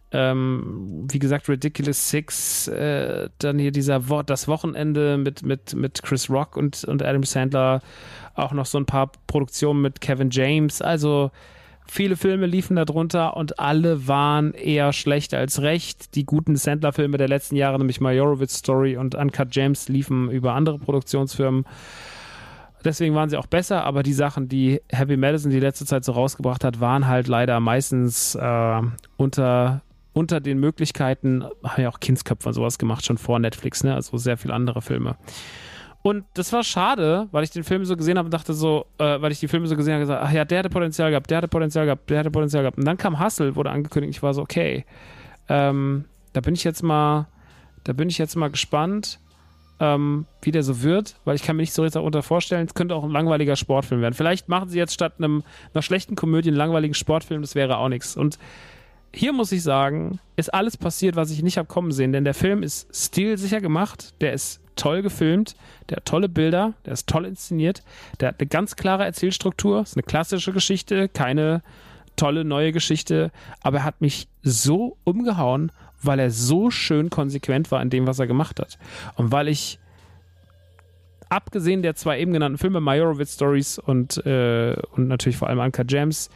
ähm, wie gesagt, Ridiculous Six, äh, dann hier dieser Wo- das Wochenende mit, mit, mit Chris Rock und, und Adam Sandler, auch noch so ein paar Produktionen mit Kevin James, also viele Filme liefen da drunter und alle waren eher schlecht als recht. Die guten Sandler-Filme der letzten Jahre, nämlich Meyerowitz Story und Uncut Gems, liefen über andere Produktionsfirmen. Deswegen waren sie auch besser, aber die Sachen, die Happy Madison die letzte Zeit so rausgebracht hat, waren halt leider meistens äh, unter, unter den Möglichkeiten, haben ja auch Kindsköpfe und sowas gemacht, schon vor Netflix, ne? Also sehr viele andere Filme. Und das war schade, weil ich den Film so gesehen habe und dachte so, äh, weil ich die Filme so gesehen habe und gesagt, ach ja, der hatte Potenzial gehabt, der hatte Potenzial gehabt, der hatte Potenzial gehabt. Und dann kam Hustle, wurde angekündigt, ich war so, okay, ähm, da bin ich jetzt mal, da bin ich jetzt mal gespannt, ähm, wie der so wird, weil ich kann mir nicht so richtig darunter vorstellen, es könnte auch ein langweiliger Sportfilm werden. Vielleicht machen sie jetzt statt einem, einer schlechten Komödie einen langweiligen Sportfilm, das wäre auch nichts. Und hier muss ich sagen, ist alles passiert, was ich nicht habe kommen sehen, denn der Film ist stilsicher gemacht, der ist toll gefilmt, der hat tolle Bilder, der ist toll inszeniert, der hat eine ganz klare Erzählstruktur, ist eine klassische Geschichte, keine tolle neue Geschichte, aber er hat mich so umgehauen, weil er so schön konsequent war in dem, was er gemacht hat. Und weil ich, abgesehen der zwei eben genannten Filme, Meyerowitz Stories und, äh, und natürlich vor allem Uncut Gems,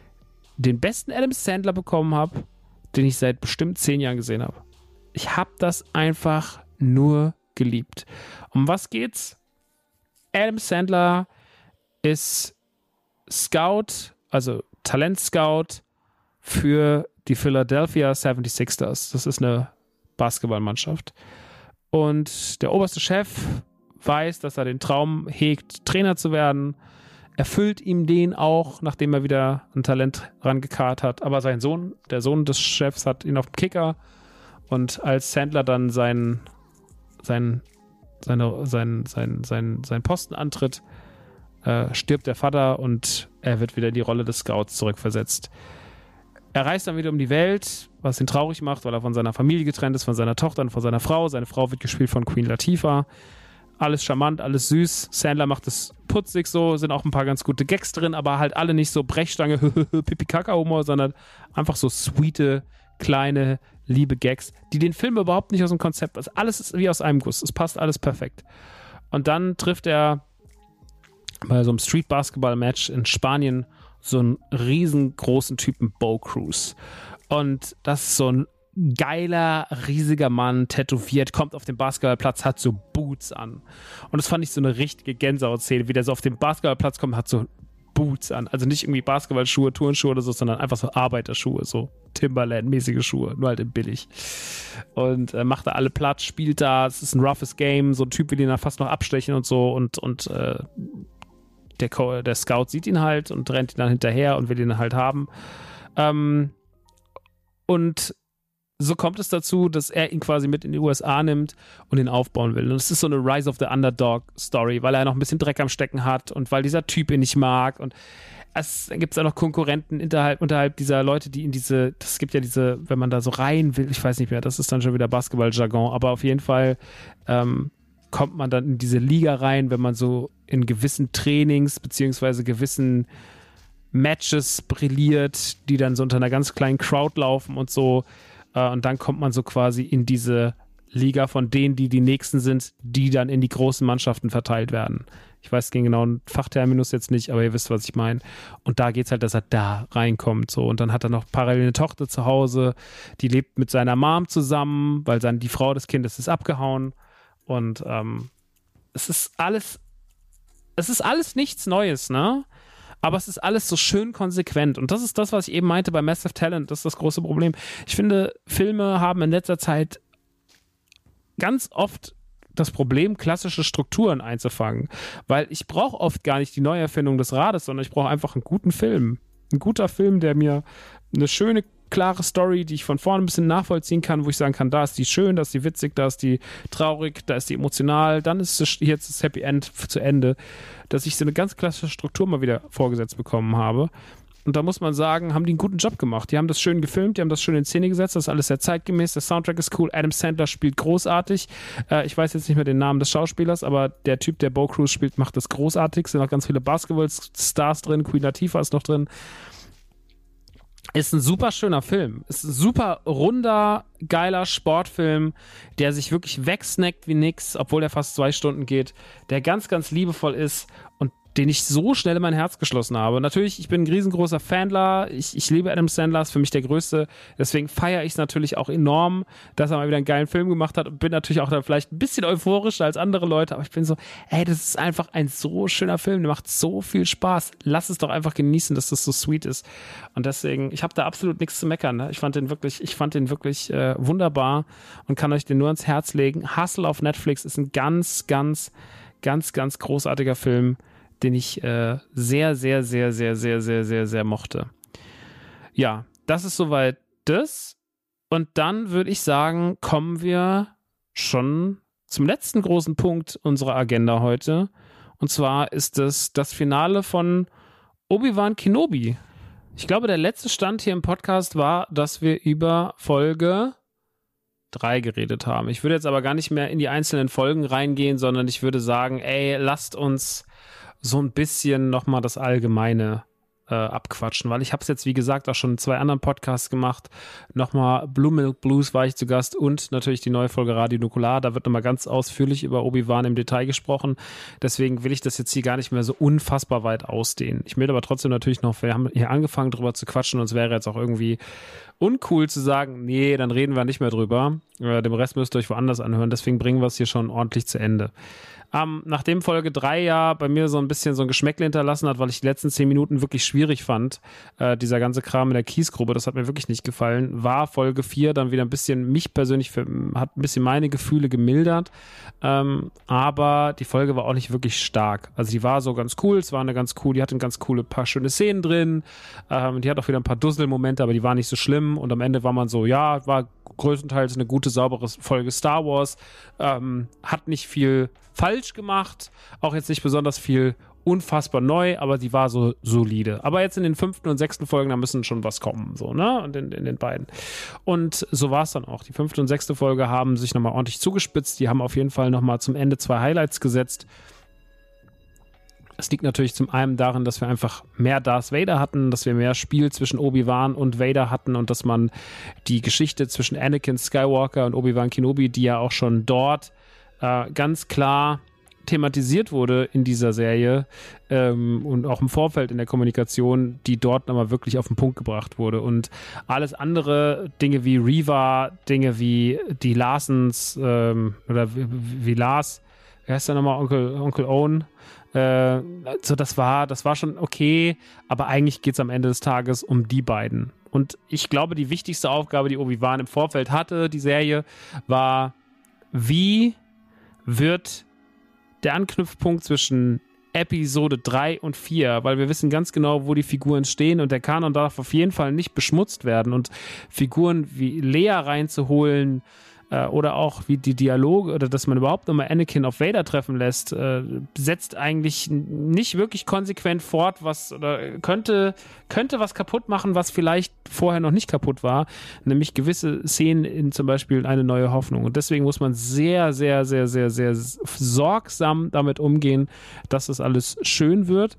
den besten Adam Sandler bekommen habe, den ich seit bestimmt zehn Jahren gesehen habe. Ich habe das einfach nur geliebt. Um was geht's? Adam Sandler ist Scout, also Talentscout für die Philadelphia seventy-sixers. Das ist eine Basketballmannschaft. Und der oberste Chef weiß, dass er den Traum hegt, Trainer zu werden, erfüllt ihm den auch, nachdem er wieder ein Talent rangekarrt hat. Aber sein Sohn, der Sohn des Chefs, hat ihn auf dem Kicker. Und als Sandler dann sein, sein, seine, sein, sein, sein, sein Posten antritt, äh, stirbt der Vater und er wird wieder in die Rolle des Scouts zurückversetzt. Er reist dann wieder um die Welt, was ihn traurig macht, weil er von seiner Familie getrennt ist, von seiner Tochter und von seiner Frau. Seine Frau wird gespielt von Queen Latifah. Alles charmant, alles süß. Sandler macht es putzig so, sind auch ein paar ganz gute Gags drin, aber halt alle nicht so Brechstange, Pipi-Kaka-Humor, sondern einfach so sweete, kleine, liebe Gags, die den Film überhaupt nicht aus dem Konzept, also alles ist wie aus einem Guss. Es passt alles perfekt. Und dann trifft er bei so einem Street-Basketball-Match in Spanien so einen riesengroßen Typen, Bo Cruz. Und das ist so ein geiler, riesiger Mann, tätowiert, kommt auf den Basketballplatz, hat so Boots an. Und das fand ich so eine richtige Gänsehautszene, wie der so auf den Basketballplatz kommt, hat so Boots an. Also nicht irgendwie Basketballschuhe, Turnschuhe oder so, sondern einfach so Arbeiterschuhe, so Timberland-mäßige Schuhe, nur halt in billig. Und äh, macht da alle platt, spielt da, es ist ein roughes Game, so ein Typ will ihn da fast noch abstechen und so und, und äh, der, Co- der Scout sieht ihn halt und rennt ihn dann hinterher und will ihn halt haben. Ähm, und so kommt es dazu, dass er ihn quasi mit in die U S A nimmt und ihn aufbauen will. Und es ist so eine Rise of the Underdog-Story, weil er noch ein bisschen Dreck am Stecken hat und weil dieser Typ ihn nicht mag. Und es, dann gibt es auch noch Konkurrenten unterhalb, unterhalb dieser Leute, die in diese, das gibt ja diese, wenn man da so rein will, ich weiß nicht mehr, das ist dann schon wieder Basketball-Jargon, aber auf jeden Fall ähm, kommt man dann in diese Liga rein, wenn man so in gewissen Trainings beziehungsweise gewissen Matches brilliert, die dann so unter einer ganz kleinen Crowd laufen und so. Und dann kommt man so quasi in diese Liga von denen, die die Nächsten sind, die dann in die großen Mannschaften verteilt werden. Ich weiß den genauen Fachterminus jetzt nicht, aber ihr wisst, was ich meine. Und da geht es halt, dass er da reinkommt. So. Und dann hat er noch parallel eine Tochter zu Hause, die lebt mit seiner Mom zusammen, weil dann die Frau des Kindes ist abgehauen. Und ähm, es ist alles, es ist alles nichts Neues, ne? Aber es ist alles so schön konsequent. Und das ist das, was ich eben meinte bei Massive Talent. Das ist das große Problem. Ich finde, Filme haben in letzter Zeit ganz oft das Problem, klassische Strukturen einzufangen. Weil ich brauche oft gar nicht die Neuerfindung des Rades, sondern ich brauche einfach einen guten Film. Ein guter Film, der mir eine schöne, klare Story, die ich von vorne ein bisschen nachvollziehen kann, wo ich sagen kann, da ist die schön, da ist die witzig, da ist die traurig, da ist die emotional, dann ist es jetzt das Happy End zu Ende, dass ich so eine ganz klassische Struktur mal wieder vorgesetzt bekommen habe. Und da muss man sagen, haben die einen guten Job gemacht. Die haben das schön gefilmt, die haben das schön in Szene gesetzt, das ist alles sehr zeitgemäß, der Soundtrack ist cool, Adam Sandler spielt großartig. Äh, ich weiß jetzt nicht mehr den Namen des Schauspielers, aber der Typ, der Bo Cruz spielt, macht das großartig. Es sind auch ganz viele Basketball-Stars drin, Queen Latifah ist noch drin. Ist ein super schöner Film. Ist ein super runder, geiler Sportfilm, der sich wirklich wegsnackt wie nix, obwohl er fast zwei Stunden geht, der ganz, ganz liebevoll ist und den ich so schnell in mein Herz geschlossen habe. Natürlich, ich bin ein riesengroßer Fanler, ich, ich liebe Adam Sandler, ist für mich der Größte, deswegen feiere ich es natürlich auch enorm, dass er mal wieder einen geilen Film gemacht hat und bin natürlich auch dann vielleicht ein bisschen euphorischer als andere Leute, aber ich bin so, ey, das ist einfach ein so schöner Film, der macht so viel Spaß, lass es doch einfach genießen, dass das so sweet ist und deswegen, ich habe da absolut nichts zu meckern, ne? Ich fand den wirklich, ich fand den wirklich äh, wunderbar und kann euch den nur ans Herz legen. Hustle auf Netflix ist ein ganz, ganz, ganz, ganz großartiger Film, den ich äh, sehr, sehr, sehr, sehr, sehr, sehr, sehr, sehr mochte. Ja, das ist soweit das. Und dann würde ich sagen, kommen wir schon zum letzten großen Punkt unserer Agenda heute. Und zwar ist es das Finale von Obi-Wan Kenobi. Ich glaube, der letzte Stand hier im Podcast war, dass wir über Folge drei geredet haben. Ich würde jetzt aber gar nicht mehr in die einzelnen Folgen reingehen, sondern ich würde sagen, ey, lasst uns so ein bisschen nochmal das Allgemeine äh, abquatschen, weil ich habe es jetzt, wie gesagt, auch schon in zwei anderen Podcasts gemacht. Nochmal Blue Milk Blues war ich zu Gast und natürlich die neue Folge Radio Nukular. Da wird nochmal ganz ausführlich über Obi-Wan im Detail gesprochen. Deswegen will ich das jetzt hier gar nicht mehr so unfassbar weit ausdehnen. Ich will aber trotzdem natürlich noch, wir haben hier angefangen drüber zu quatschen und es wäre jetzt auch irgendwie uncool zu sagen, nee, dann reden wir nicht mehr drüber. Äh, dem Rest müsst ihr euch woanders anhören. Deswegen bringen wir es hier schon ordentlich zu Ende. Ähm, nachdem Folge drei ja bei mir so ein bisschen so ein Geschmäckle hinterlassen hat, weil ich die letzten zehn Minuten wirklich schwierig fand, äh, dieser ganze Kram in der Kiesgrube, das hat mir wirklich nicht gefallen, war Folge vier dann wieder ein bisschen, mich persönlich, für, hat ein bisschen meine Gefühle gemildert, ähm, aber die Folge war auch nicht wirklich stark. Also die war so ganz cool, es war eine ganz cool, die hatte ein ganz coole paar schöne Szenen drin, ähm, die hat auch wieder ein paar Dusselmomente, aber die waren nicht so schlimm und am Ende war man so, ja, war größtenteils eine gute, saubere Folge Star Wars, ähm, hat nicht viel falsch gemacht, auch jetzt nicht besonders viel unfassbar neu, aber die war so solide. Aber jetzt in den fünften und sechsten Folgen, da müssen schon was kommen, so, ne? Und in, in den beiden. Und so war es dann auch. Die fünfte und sechste Folge haben sich nochmal ordentlich zugespitzt. Die haben auf jeden Fall nochmal zum Ende zwei Highlights gesetzt. Es liegt natürlich zum einen darin, dass wir einfach mehr Darth Vader hatten, dass wir mehr Spiel zwischen Obi-Wan und Vader hatten und dass man die Geschichte zwischen Anakin Skywalker und Obi-Wan Kenobi, die ja auch schon dort äh, ganz klar thematisiert wurde in dieser Serie ähm, und auch im Vorfeld in der Kommunikation, die dort nochmal wirklich auf den Punkt gebracht wurde. Und alles andere, Dinge wie Reva, Dinge wie die Larsens ähm, oder wie, wie Lars wer heißt der nochmal, Onkel, Onkel Owen, äh, so das war, das war schon okay, aber eigentlich geht es am Ende des Tages um die beiden. Und ich glaube, die wichtigste Aufgabe, die Obi-Wan im Vorfeld hatte, die Serie, war, wie wird der Anknüpfpunkt zwischen Episode drei und vier, weil wir wissen ganz genau, wo die Figuren stehen und der Kanon darf auf jeden Fall nicht beschmutzt werden und Figuren wie Leia reinzuholen äh, oder auch wie die Dialoge oder dass man überhaupt nochmal Anakin auf Vader treffen lässt, äh, setzt eigentlich nicht wirklich konsequent fort, was oder könnte, könnte was kaputt machen, was vielleicht vorher noch nicht kaputt war, nämlich gewisse Szenen in zum Beispiel Eine neue Hoffnung. Und deswegen muss man sehr, sehr, sehr, sehr, sehr sorgsam damit umgehen, dass das alles schön wird.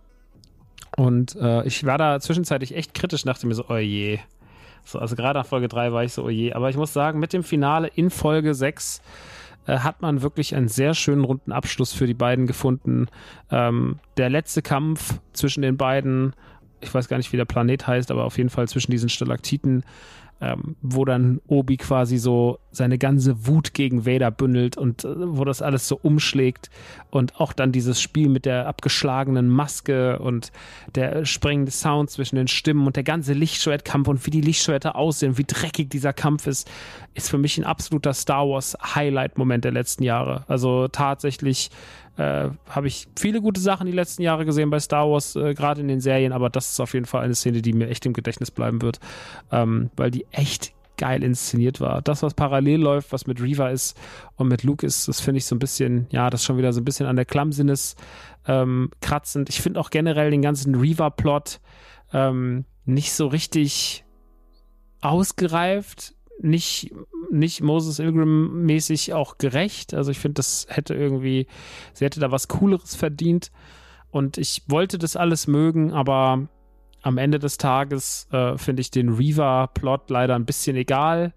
Und äh, ich war da zwischenzeitlich echt kritisch, dachte mir so, oh je. So, also gerade nach Folge drei war ich so, oh je. Aber ich muss sagen, mit dem Finale in Folge sechs äh, hat man wirklich einen sehr schönen runden Abschluss für die beiden gefunden. Ähm, der letzte Kampf zwischen den beiden, ich weiß gar nicht, wie der Planet heißt, aber auf jeden Fall zwischen diesen Stalaktiten, ähm, wo dann Obi quasi so seine ganze Wut gegen Vader bündelt und äh, wo das alles so umschlägt und auch dann dieses Spiel mit der abgeschlagenen Maske und der sprengende Sound zwischen den Stimmen und der ganze Lichtschwertkampf und wie die Lichtschwerter aussehen, wie dreckig dieser Kampf ist, ist für mich ein absoluter Star Wars Highlight-Moment der letzten Jahre. Also tatsächlich äh, habe ich viele gute Sachen die letzten Jahre gesehen bei Star Wars, äh, gerade in den Serien, aber das ist auf jeden Fall eine Szene, die mir echt im Gedächtnis bleiben wird, ähm, weil die echt geil inszeniert war. Das, was parallel läuft, was mit Reva ist und mit Luke ist, das finde ich so ein bisschen, ja, das ist schon wieder so ein bisschen an der Clumsiness ähm, kratzend. Ich finde auch generell den ganzen Reva-Plot ähm, nicht so richtig ausgereift, nicht, nicht Moses Ingram-mäßig auch gerecht. Also ich finde, das hätte irgendwie, sie hätte da was Cooleres verdient und ich wollte das alles mögen, aber am Ende des Tages äh, finde ich den Reva-Plot leider ein bisschen egal.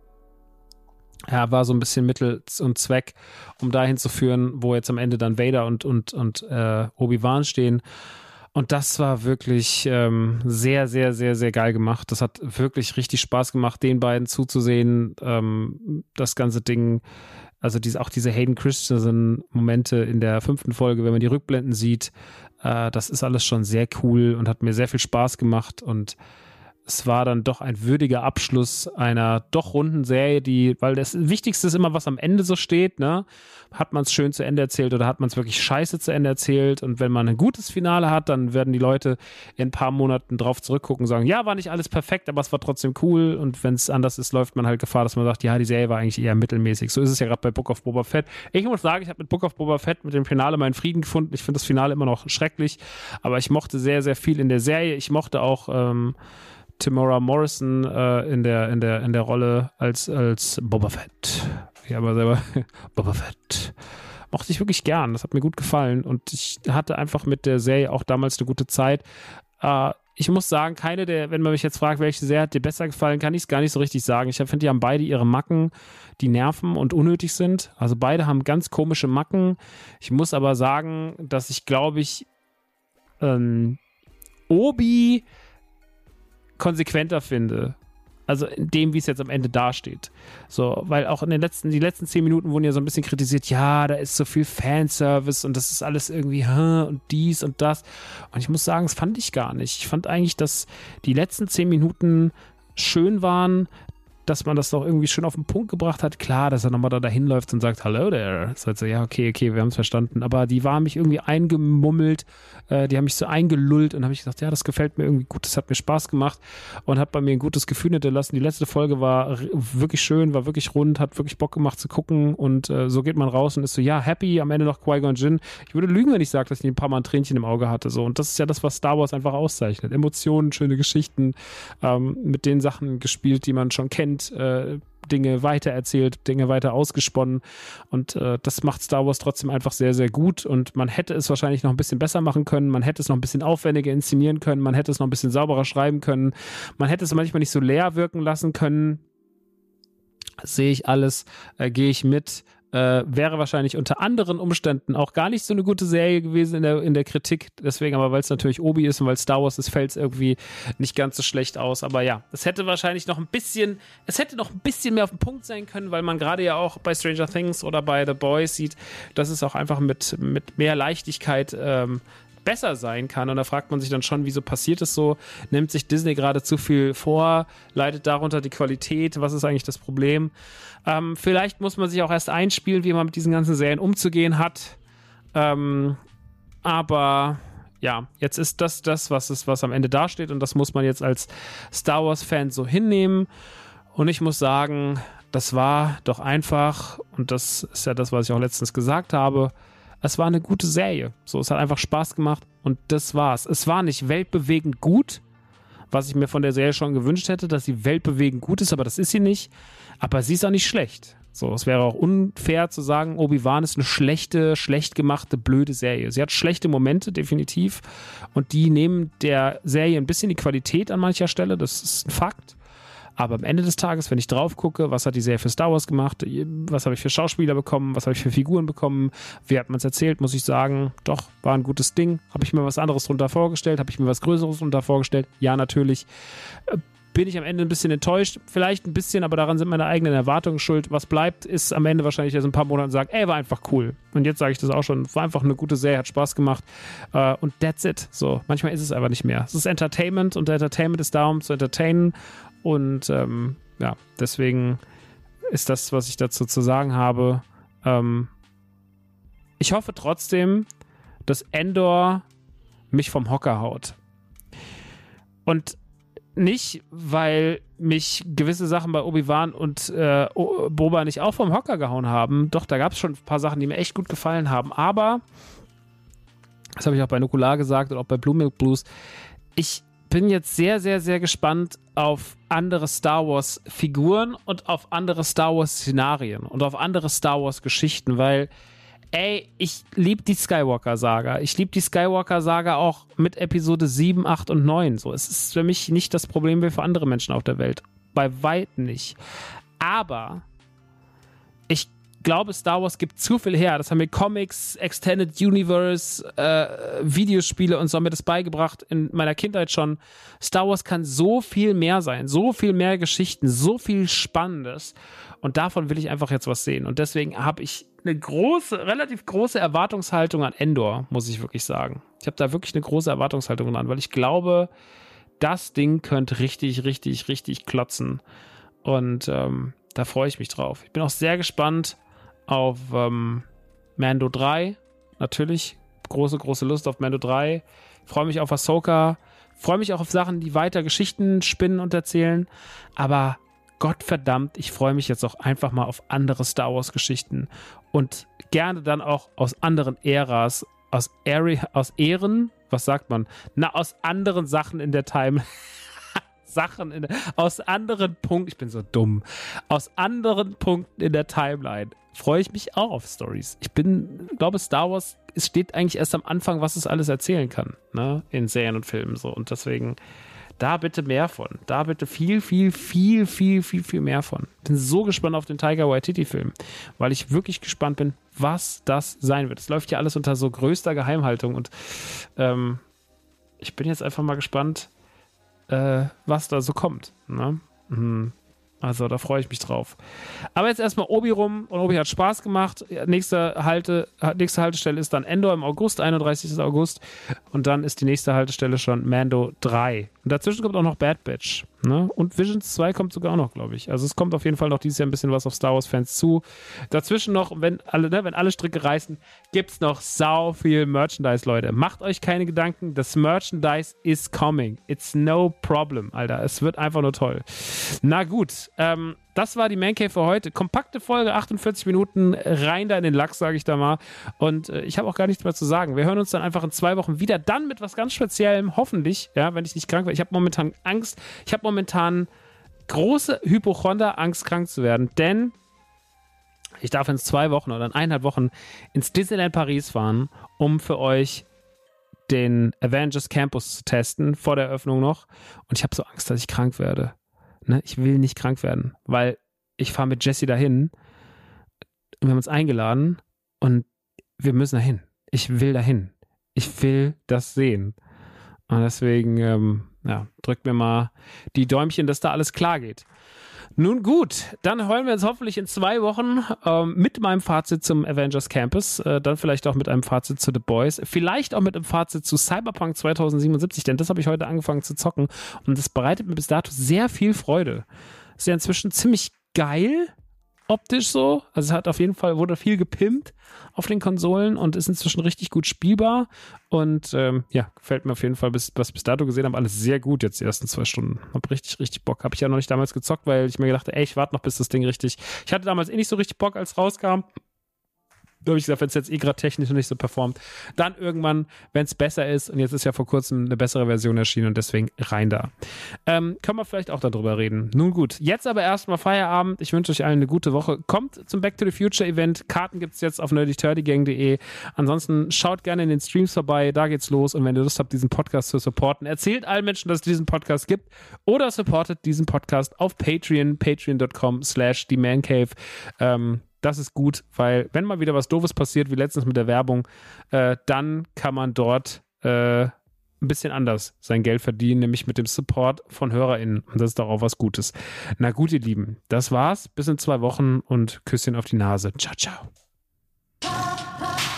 Er war so ein bisschen Mittel und Zweck, um dahin zu führen, wo jetzt am Ende dann Vader und, und, und äh, Obi-Wan stehen. Und das war wirklich ähm, sehr, sehr, sehr, sehr geil gemacht. Das hat wirklich richtig Spaß gemacht, den beiden zuzusehen. Ähm, das ganze Ding, also diese, auch diese Hayden Christensen-Momente in der fünften Folge, wenn man die Rückblenden sieht, äh, das ist alles schon sehr cool und hat mir sehr viel Spaß gemacht. Und es war dann doch ein würdiger Abschluss einer doch runden Serie, die, weil das Wichtigste ist immer, was am Ende so steht, ne? Hat man es schön zu Ende erzählt oder hat man es wirklich scheiße zu Ende erzählt? Und wenn man ein gutes Finale hat, dann werden die Leute in ein paar Monaten drauf zurückgucken und sagen, ja, war nicht alles perfekt, aber es war trotzdem cool. Und wenn es anders ist, läuft man halt Gefahr, dass man sagt, ja, die Serie war eigentlich eher mittelmäßig. So ist es ja gerade bei Book of Boba Fett. Ich muss sagen, ich habe mit Book of Boba Fett mit dem Finale meinen Frieden gefunden. Ich finde das Finale immer noch schrecklich, aber ich mochte sehr, sehr viel in der Serie. Ich mochte auch ähm, Tamora Morrison äh, in der in der in der Rolle als als Boba Fett. Ja, aber selber Boba Fett. Mochte ich wirklich gern. Das hat mir gut gefallen und ich hatte einfach mit der Serie auch damals eine gute Zeit. Äh, ich muss sagen, keine der, wenn man mich jetzt fragt, welche Serie hat dir besser gefallen, kann ich es gar nicht so richtig sagen. Ich finde, die haben beide ihre Macken, die nerven und unnötig sind. Also beide haben ganz komische Macken. Ich muss aber sagen, dass ich, glaube ich, ähm, Obi konsequenter finde. Also in dem, wie es jetzt am Ende dasteht. So, weil auch in den letzten, die letzten zehn Minuten wurden ja so ein bisschen kritisiert, ja, da ist so viel Fanservice und das ist alles irgendwie hm, und dies und das. Und ich muss sagen, das fand ich gar nicht. Ich fand eigentlich, dass die letzten zehn Minuten schön waren, dass man das doch irgendwie schön auf den Punkt gebracht hat. Klar, dass er nochmal da dahin läuft und sagt, hello there. So, also, ja, okay, okay, wir haben es verstanden. Aber die waren mich irgendwie eingemummelt, äh, die haben mich so eingelullt und habe ich gesagt, ja, das gefällt mir irgendwie gut, das hat mir Spaß gemacht und hat bei mir ein gutes Gefühl hinterlassen. Die letzte Folge war r- wirklich schön, war wirklich rund, hat wirklich Bock gemacht zu gucken und äh, so geht man raus und ist so, ja, happy, am Ende noch Qui-Gon Jinn. Ich würde lügen, wenn ich sage, dass ich ein paar Mal ein Tränchen im Auge hatte. So. Und das ist ja das, was Star Wars einfach auszeichnet. Emotionen, schöne Geschichten, ähm, mit den Sachen gespielt, die man schon kennt, Äh, Dinge weitererzählt, Dinge weiter ausgesponnen und äh, das macht Star Wars trotzdem einfach sehr, sehr gut und man hätte es wahrscheinlich noch ein bisschen besser machen können, man hätte es noch ein bisschen aufwendiger inszenieren können, man hätte es noch ein bisschen sauberer schreiben können, man hätte es manchmal nicht so leer wirken lassen können. Sehe ich alles, äh, gehe ich mit, Äh, wäre wahrscheinlich unter anderen Umständen auch gar nicht so eine gute Serie gewesen in der, in der Kritik. Deswegen, aber weil es natürlich Obi ist und weil Star Wars ist, fällt es irgendwie nicht ganz so schlecht aus. Aber ja, es hätte wahrscheinlich noch ein bisschen, es hätte noch ein bisschen mehr auf den Punkt sein können, weil man gerade ja auch bei Stranger Things oder bei The Boys sieht, dass es auch einfach mit, mit mehr Leichtigkeit ähm, besser sein kann. Und da fragt man sich dann schon, wieso passiert es so? Nimmt sich Disney gerade zu viel vor? Leidet darunter die Qualität? Was ist eigentlich das Problem? Ähm, vielleicht muss man sich auch erst einspielen, wie man mit diesen ganzen Serien umzugehen hat. Ähm, aber ja, jetzt ist das das, was, ist, was am Ende dasteht und das muss man jetzt als Star Wars-Fan so hinnehmen. Und ich muss sagen, das war doch einfach, und das ist ja das, was ich auch letztens gesagt habe, es war eine gute Serie. So, es hat einfach Spaß gemacht und das war's. Es war nicht weltbewegend gut, was ich mir von der Serie schon gewünscht hätte, dass sie weltbewegend gut ist, aber das ist sie nicht. Aber sie ist auch nicht schlecht. So, es wäre auch unfair zu sagen, Obi-Wan ist eine schlechte, schlecht gemachte, blöde Serie. Sie hat schlechte Momente, definitiv. Und die nehmen der Serie ein bisschen die Qualität an mancher Stelle. Das ist ein Fakt. Aber am Ende des Tages, wenn ich drauf gucke, was hat die Serie für Star Wars gemacht, was habe ich für Schauspieler bekommen, was habe ich für Figuren bekommen, wie hat man es erzählt, muss ich sagen, doch, war ein gutes Ding. Habe ich mir was anderes drunter vorgestellt? Habe ich mir was Größeres drunter vorgestellt? Ja, natürlich. Bin ich am Ende ein bisschen enttäuscht? Vielleicht ein bisschen, aber daran sind meine eigenen Erwartungen schuld. Was bleibt, ist am Ende wahrscheinlich erst ein paar Monate und sagen, ey, war einfach cool. Und jetzt sage ich das auch schon, war einfach eine gute Serie, hat Spaß gemacht. Uh, und that's it. So, manchmal ist es einfach nicht mehr. Es ist Entertainment und Entertainment ist da, um zu entertainen. Und ähm, ja, deswegen ist das, was ich dazu zu sagen habe. Ähm, ich hoffe trotzdem, dass Endor mich vom Hocker haut. Und nicht, weil mich gewisse Sachen bei Obi-Wan und äh, Boba nicht auch vom Hocker gehauen haben. Doch, da gab es schon ein paar Sachen, die mir echt gut gefallen haben. Aber, das habe ich auch bei Nukular gesagt und auch bei Blue Milk Blues, ich bin jetzt sehr, sehr, sehr gespannt auf andere Star Wars Figuren und auf andere Star Wars Szenarien und auf andere Star Wars Geschichten, weil, ey, ich liebe die Skywalker-Saga. Ich liebe die Skywalker-Saga auch mit Episode sieben, acht und neun. So, es ist für mich nicht das Problem wie für andere Menschen auf der Welt. Bei weitem nicht. Aber ich glaube, Star Wars gibt zu viel her. Das haben mir Comics, Extended Universe, äh, Videospiele und so haben mir das beigebracht in meiner Kindheit schon. Star Wars kann so viel mehr sein, so viel mehr Geschichten, so viel Spannendes. Und davon will ich einfach jetzt was sehen. Und deswegen habe ich eine große, relativ große Erwartungshaltung an Endor, muss ich wirklich sagen. Ich habe da wirklich eine große Erwartungshaltung an, weil ich glaube, das Ding könnte richtig, richtig, richtig klotzen. Und ähm, da freue ich mich drauf. Ich bin auch sehr gespannt auf ähm, Mando drei. Natürlich. Große, große Lust auf Mando drei. Freue mich auf Ahsoka. Freue mich auch auf Sachen, die weiter Geschichten spinnen und erzählen. Aber Gottverdammt, ich freue mich jetzt auch einfach mal auf andere Star Wars Geschichten. Und gerne dann auch aus anderen Äras, aus, Area, aus Ehren, was sagt man? Na, aus anderen Sachen in der Time. Sachen in der, aus anderen Punkten, ich bin so dumm, aus anderen Punkten in der Timeline freue ich mich auch auf Stories. Ich bin, glaube Star Wars, es steht eigentlich erst am Anfang, was es alles erzählen kann, ne, in Serien und Filmen so und deswegen da bitte mehr von, da bitte viel, viel, viel, viel, viel, viel mehr von. Bin so gespannt auf den Taika Waititi-Film, weil ich wirklich gespannt bin, was das sein wird. Es läuft ja alles unter so größter Geheimhaltung und ähm, ich bin jetzt einfach mal gespannt, Äh, was da so kommt. Ne? Mhm. Also da freue ich mich drauf. Aber jetzt erstmal Obi rum und Obi hat Spaß gemacht. Nächste, Halte, nächste Haltestelle ist dann Endor im August, einunddreißigsten August und dann ist die nächste Haltestelle schon Mando drei. Und dazwischen kommt auch noch Bad Batch. Ne? Und Visions zwei kommt sogar auch noch, glaube ich. Also es kommt auf jeden Fall noch dieses Jahr ein bisschen was auf Star Wars Fans zu. Dazwischen noch, wenn alle, ne, wenn alle Stricke reißen, gibt es noch sau viel Merchandise, Leute. Macht euch keine Gedanken, das Merchandise is coming. It's no problem, Alter. Es wird einfach nur toll. Na gut, ähm, das war die Man Cave für heute. Kompakte Folge, achtundvierzig Minuten, rein da in den Lachs, sage ich da mal. Und äh, ich habe auch gar nichts mehr zu sagen. Wir hören uns dann einfach in zwei Wochen wieder. Dann mit was ganz Speziellem, hoffentlich, ja, wenn ich nicht krank werde. Ich habe momentan Angst. Ich habe momentan große Hypochonder, Angst, krank zu werden. Denn ich darf in zwei Wochen oder in eineinhalb Wochen ins Disneyland Paris fahren, um für euch den Avengers Campus zu testen, vor der Eröffnung noch. Und ich habe so Angst, dass ich krank werde. Ne, ich will nicht krank werden, weil ich fahre mit Jessie dahin und wir haben uns eingeladen und wir müssen dahin. Ich will dahin. Ich will das sehen. Und deswegen, ähm, ja, drückt mir mal die Däumchen, dass da alles klar geht. Nun gut, dann hören wir uns hoffentlich in zwei Wochen ähm, mit meinem Fazit zum Avengers Campus, äh, dann vielleicht auch mit einem Fazit zu The Boys, vielleicht auch mit einem Fazit zu Cyberpunk zweitausendsiebenundsiebzig, denn das habe ich heute angefangen zu zocken und das bereitet mir bis dato sehr viel Freude. Ist ja inzwischen ziemlich geil, optisch so, also es hat auf jeden Fall, wurde viel gepimpt auf den Konsolen und ist inzwischen richtig gut spielbar und ähm, ja, gefällt mir auf jeden Fall, bis, was ich bis dato gesehen habe, alles sehr gut jetzt die ersten zwei Stunden. Hab richtig, richtig Bock. Habe ich ja noch nicht damals gezockt, weil ich mir gedacht habe, ey, ich warte noch, bis das Ding richtig, ich hatte damals eh nicht so richtig Bock, als rauskam. Da habe ich gesagt, wenn es jetzt eh gerade technisch nicht so performt, dann irgendwann, wenn es besser ist, und jetzt ist ja vor kurzem eine bessere Version erschienen und deswegen rein da. Ähm, können wir vielleicht auch darüber reden. Nun gut, jetzt aber erstmal Feierabend. Ich wünsche euch allen eine gute Woche. Kommt zum Back to the Future Event. Karten gibt es jetzt auf nerdy turdy gang punkt de. Ansonsten schaut gerne in den Streams vorbei, da geht's los. Und wenn ihr Lust habt, diesen Podcast zu supporten, erzählt allen Menschen, dass es diesen Podcast gibt oder supportet diesen Podcast auf Patreon, patreon.com slash die Man Cave. Ähm, Das ist gut, weil wenn mal wieder was Doofes passiert, wie letztens mit der Werbung, äh, dann kann man dort äh, ein bisschen anders sein Geld verdienen, nämlich mit dem Support von HörerInnen. Und das ist doch auch was Gutes. Na gut, ihr Lieben, das war's. Bis in zwei Wochen und Küsschen auf die Nase. Ciao, ciao.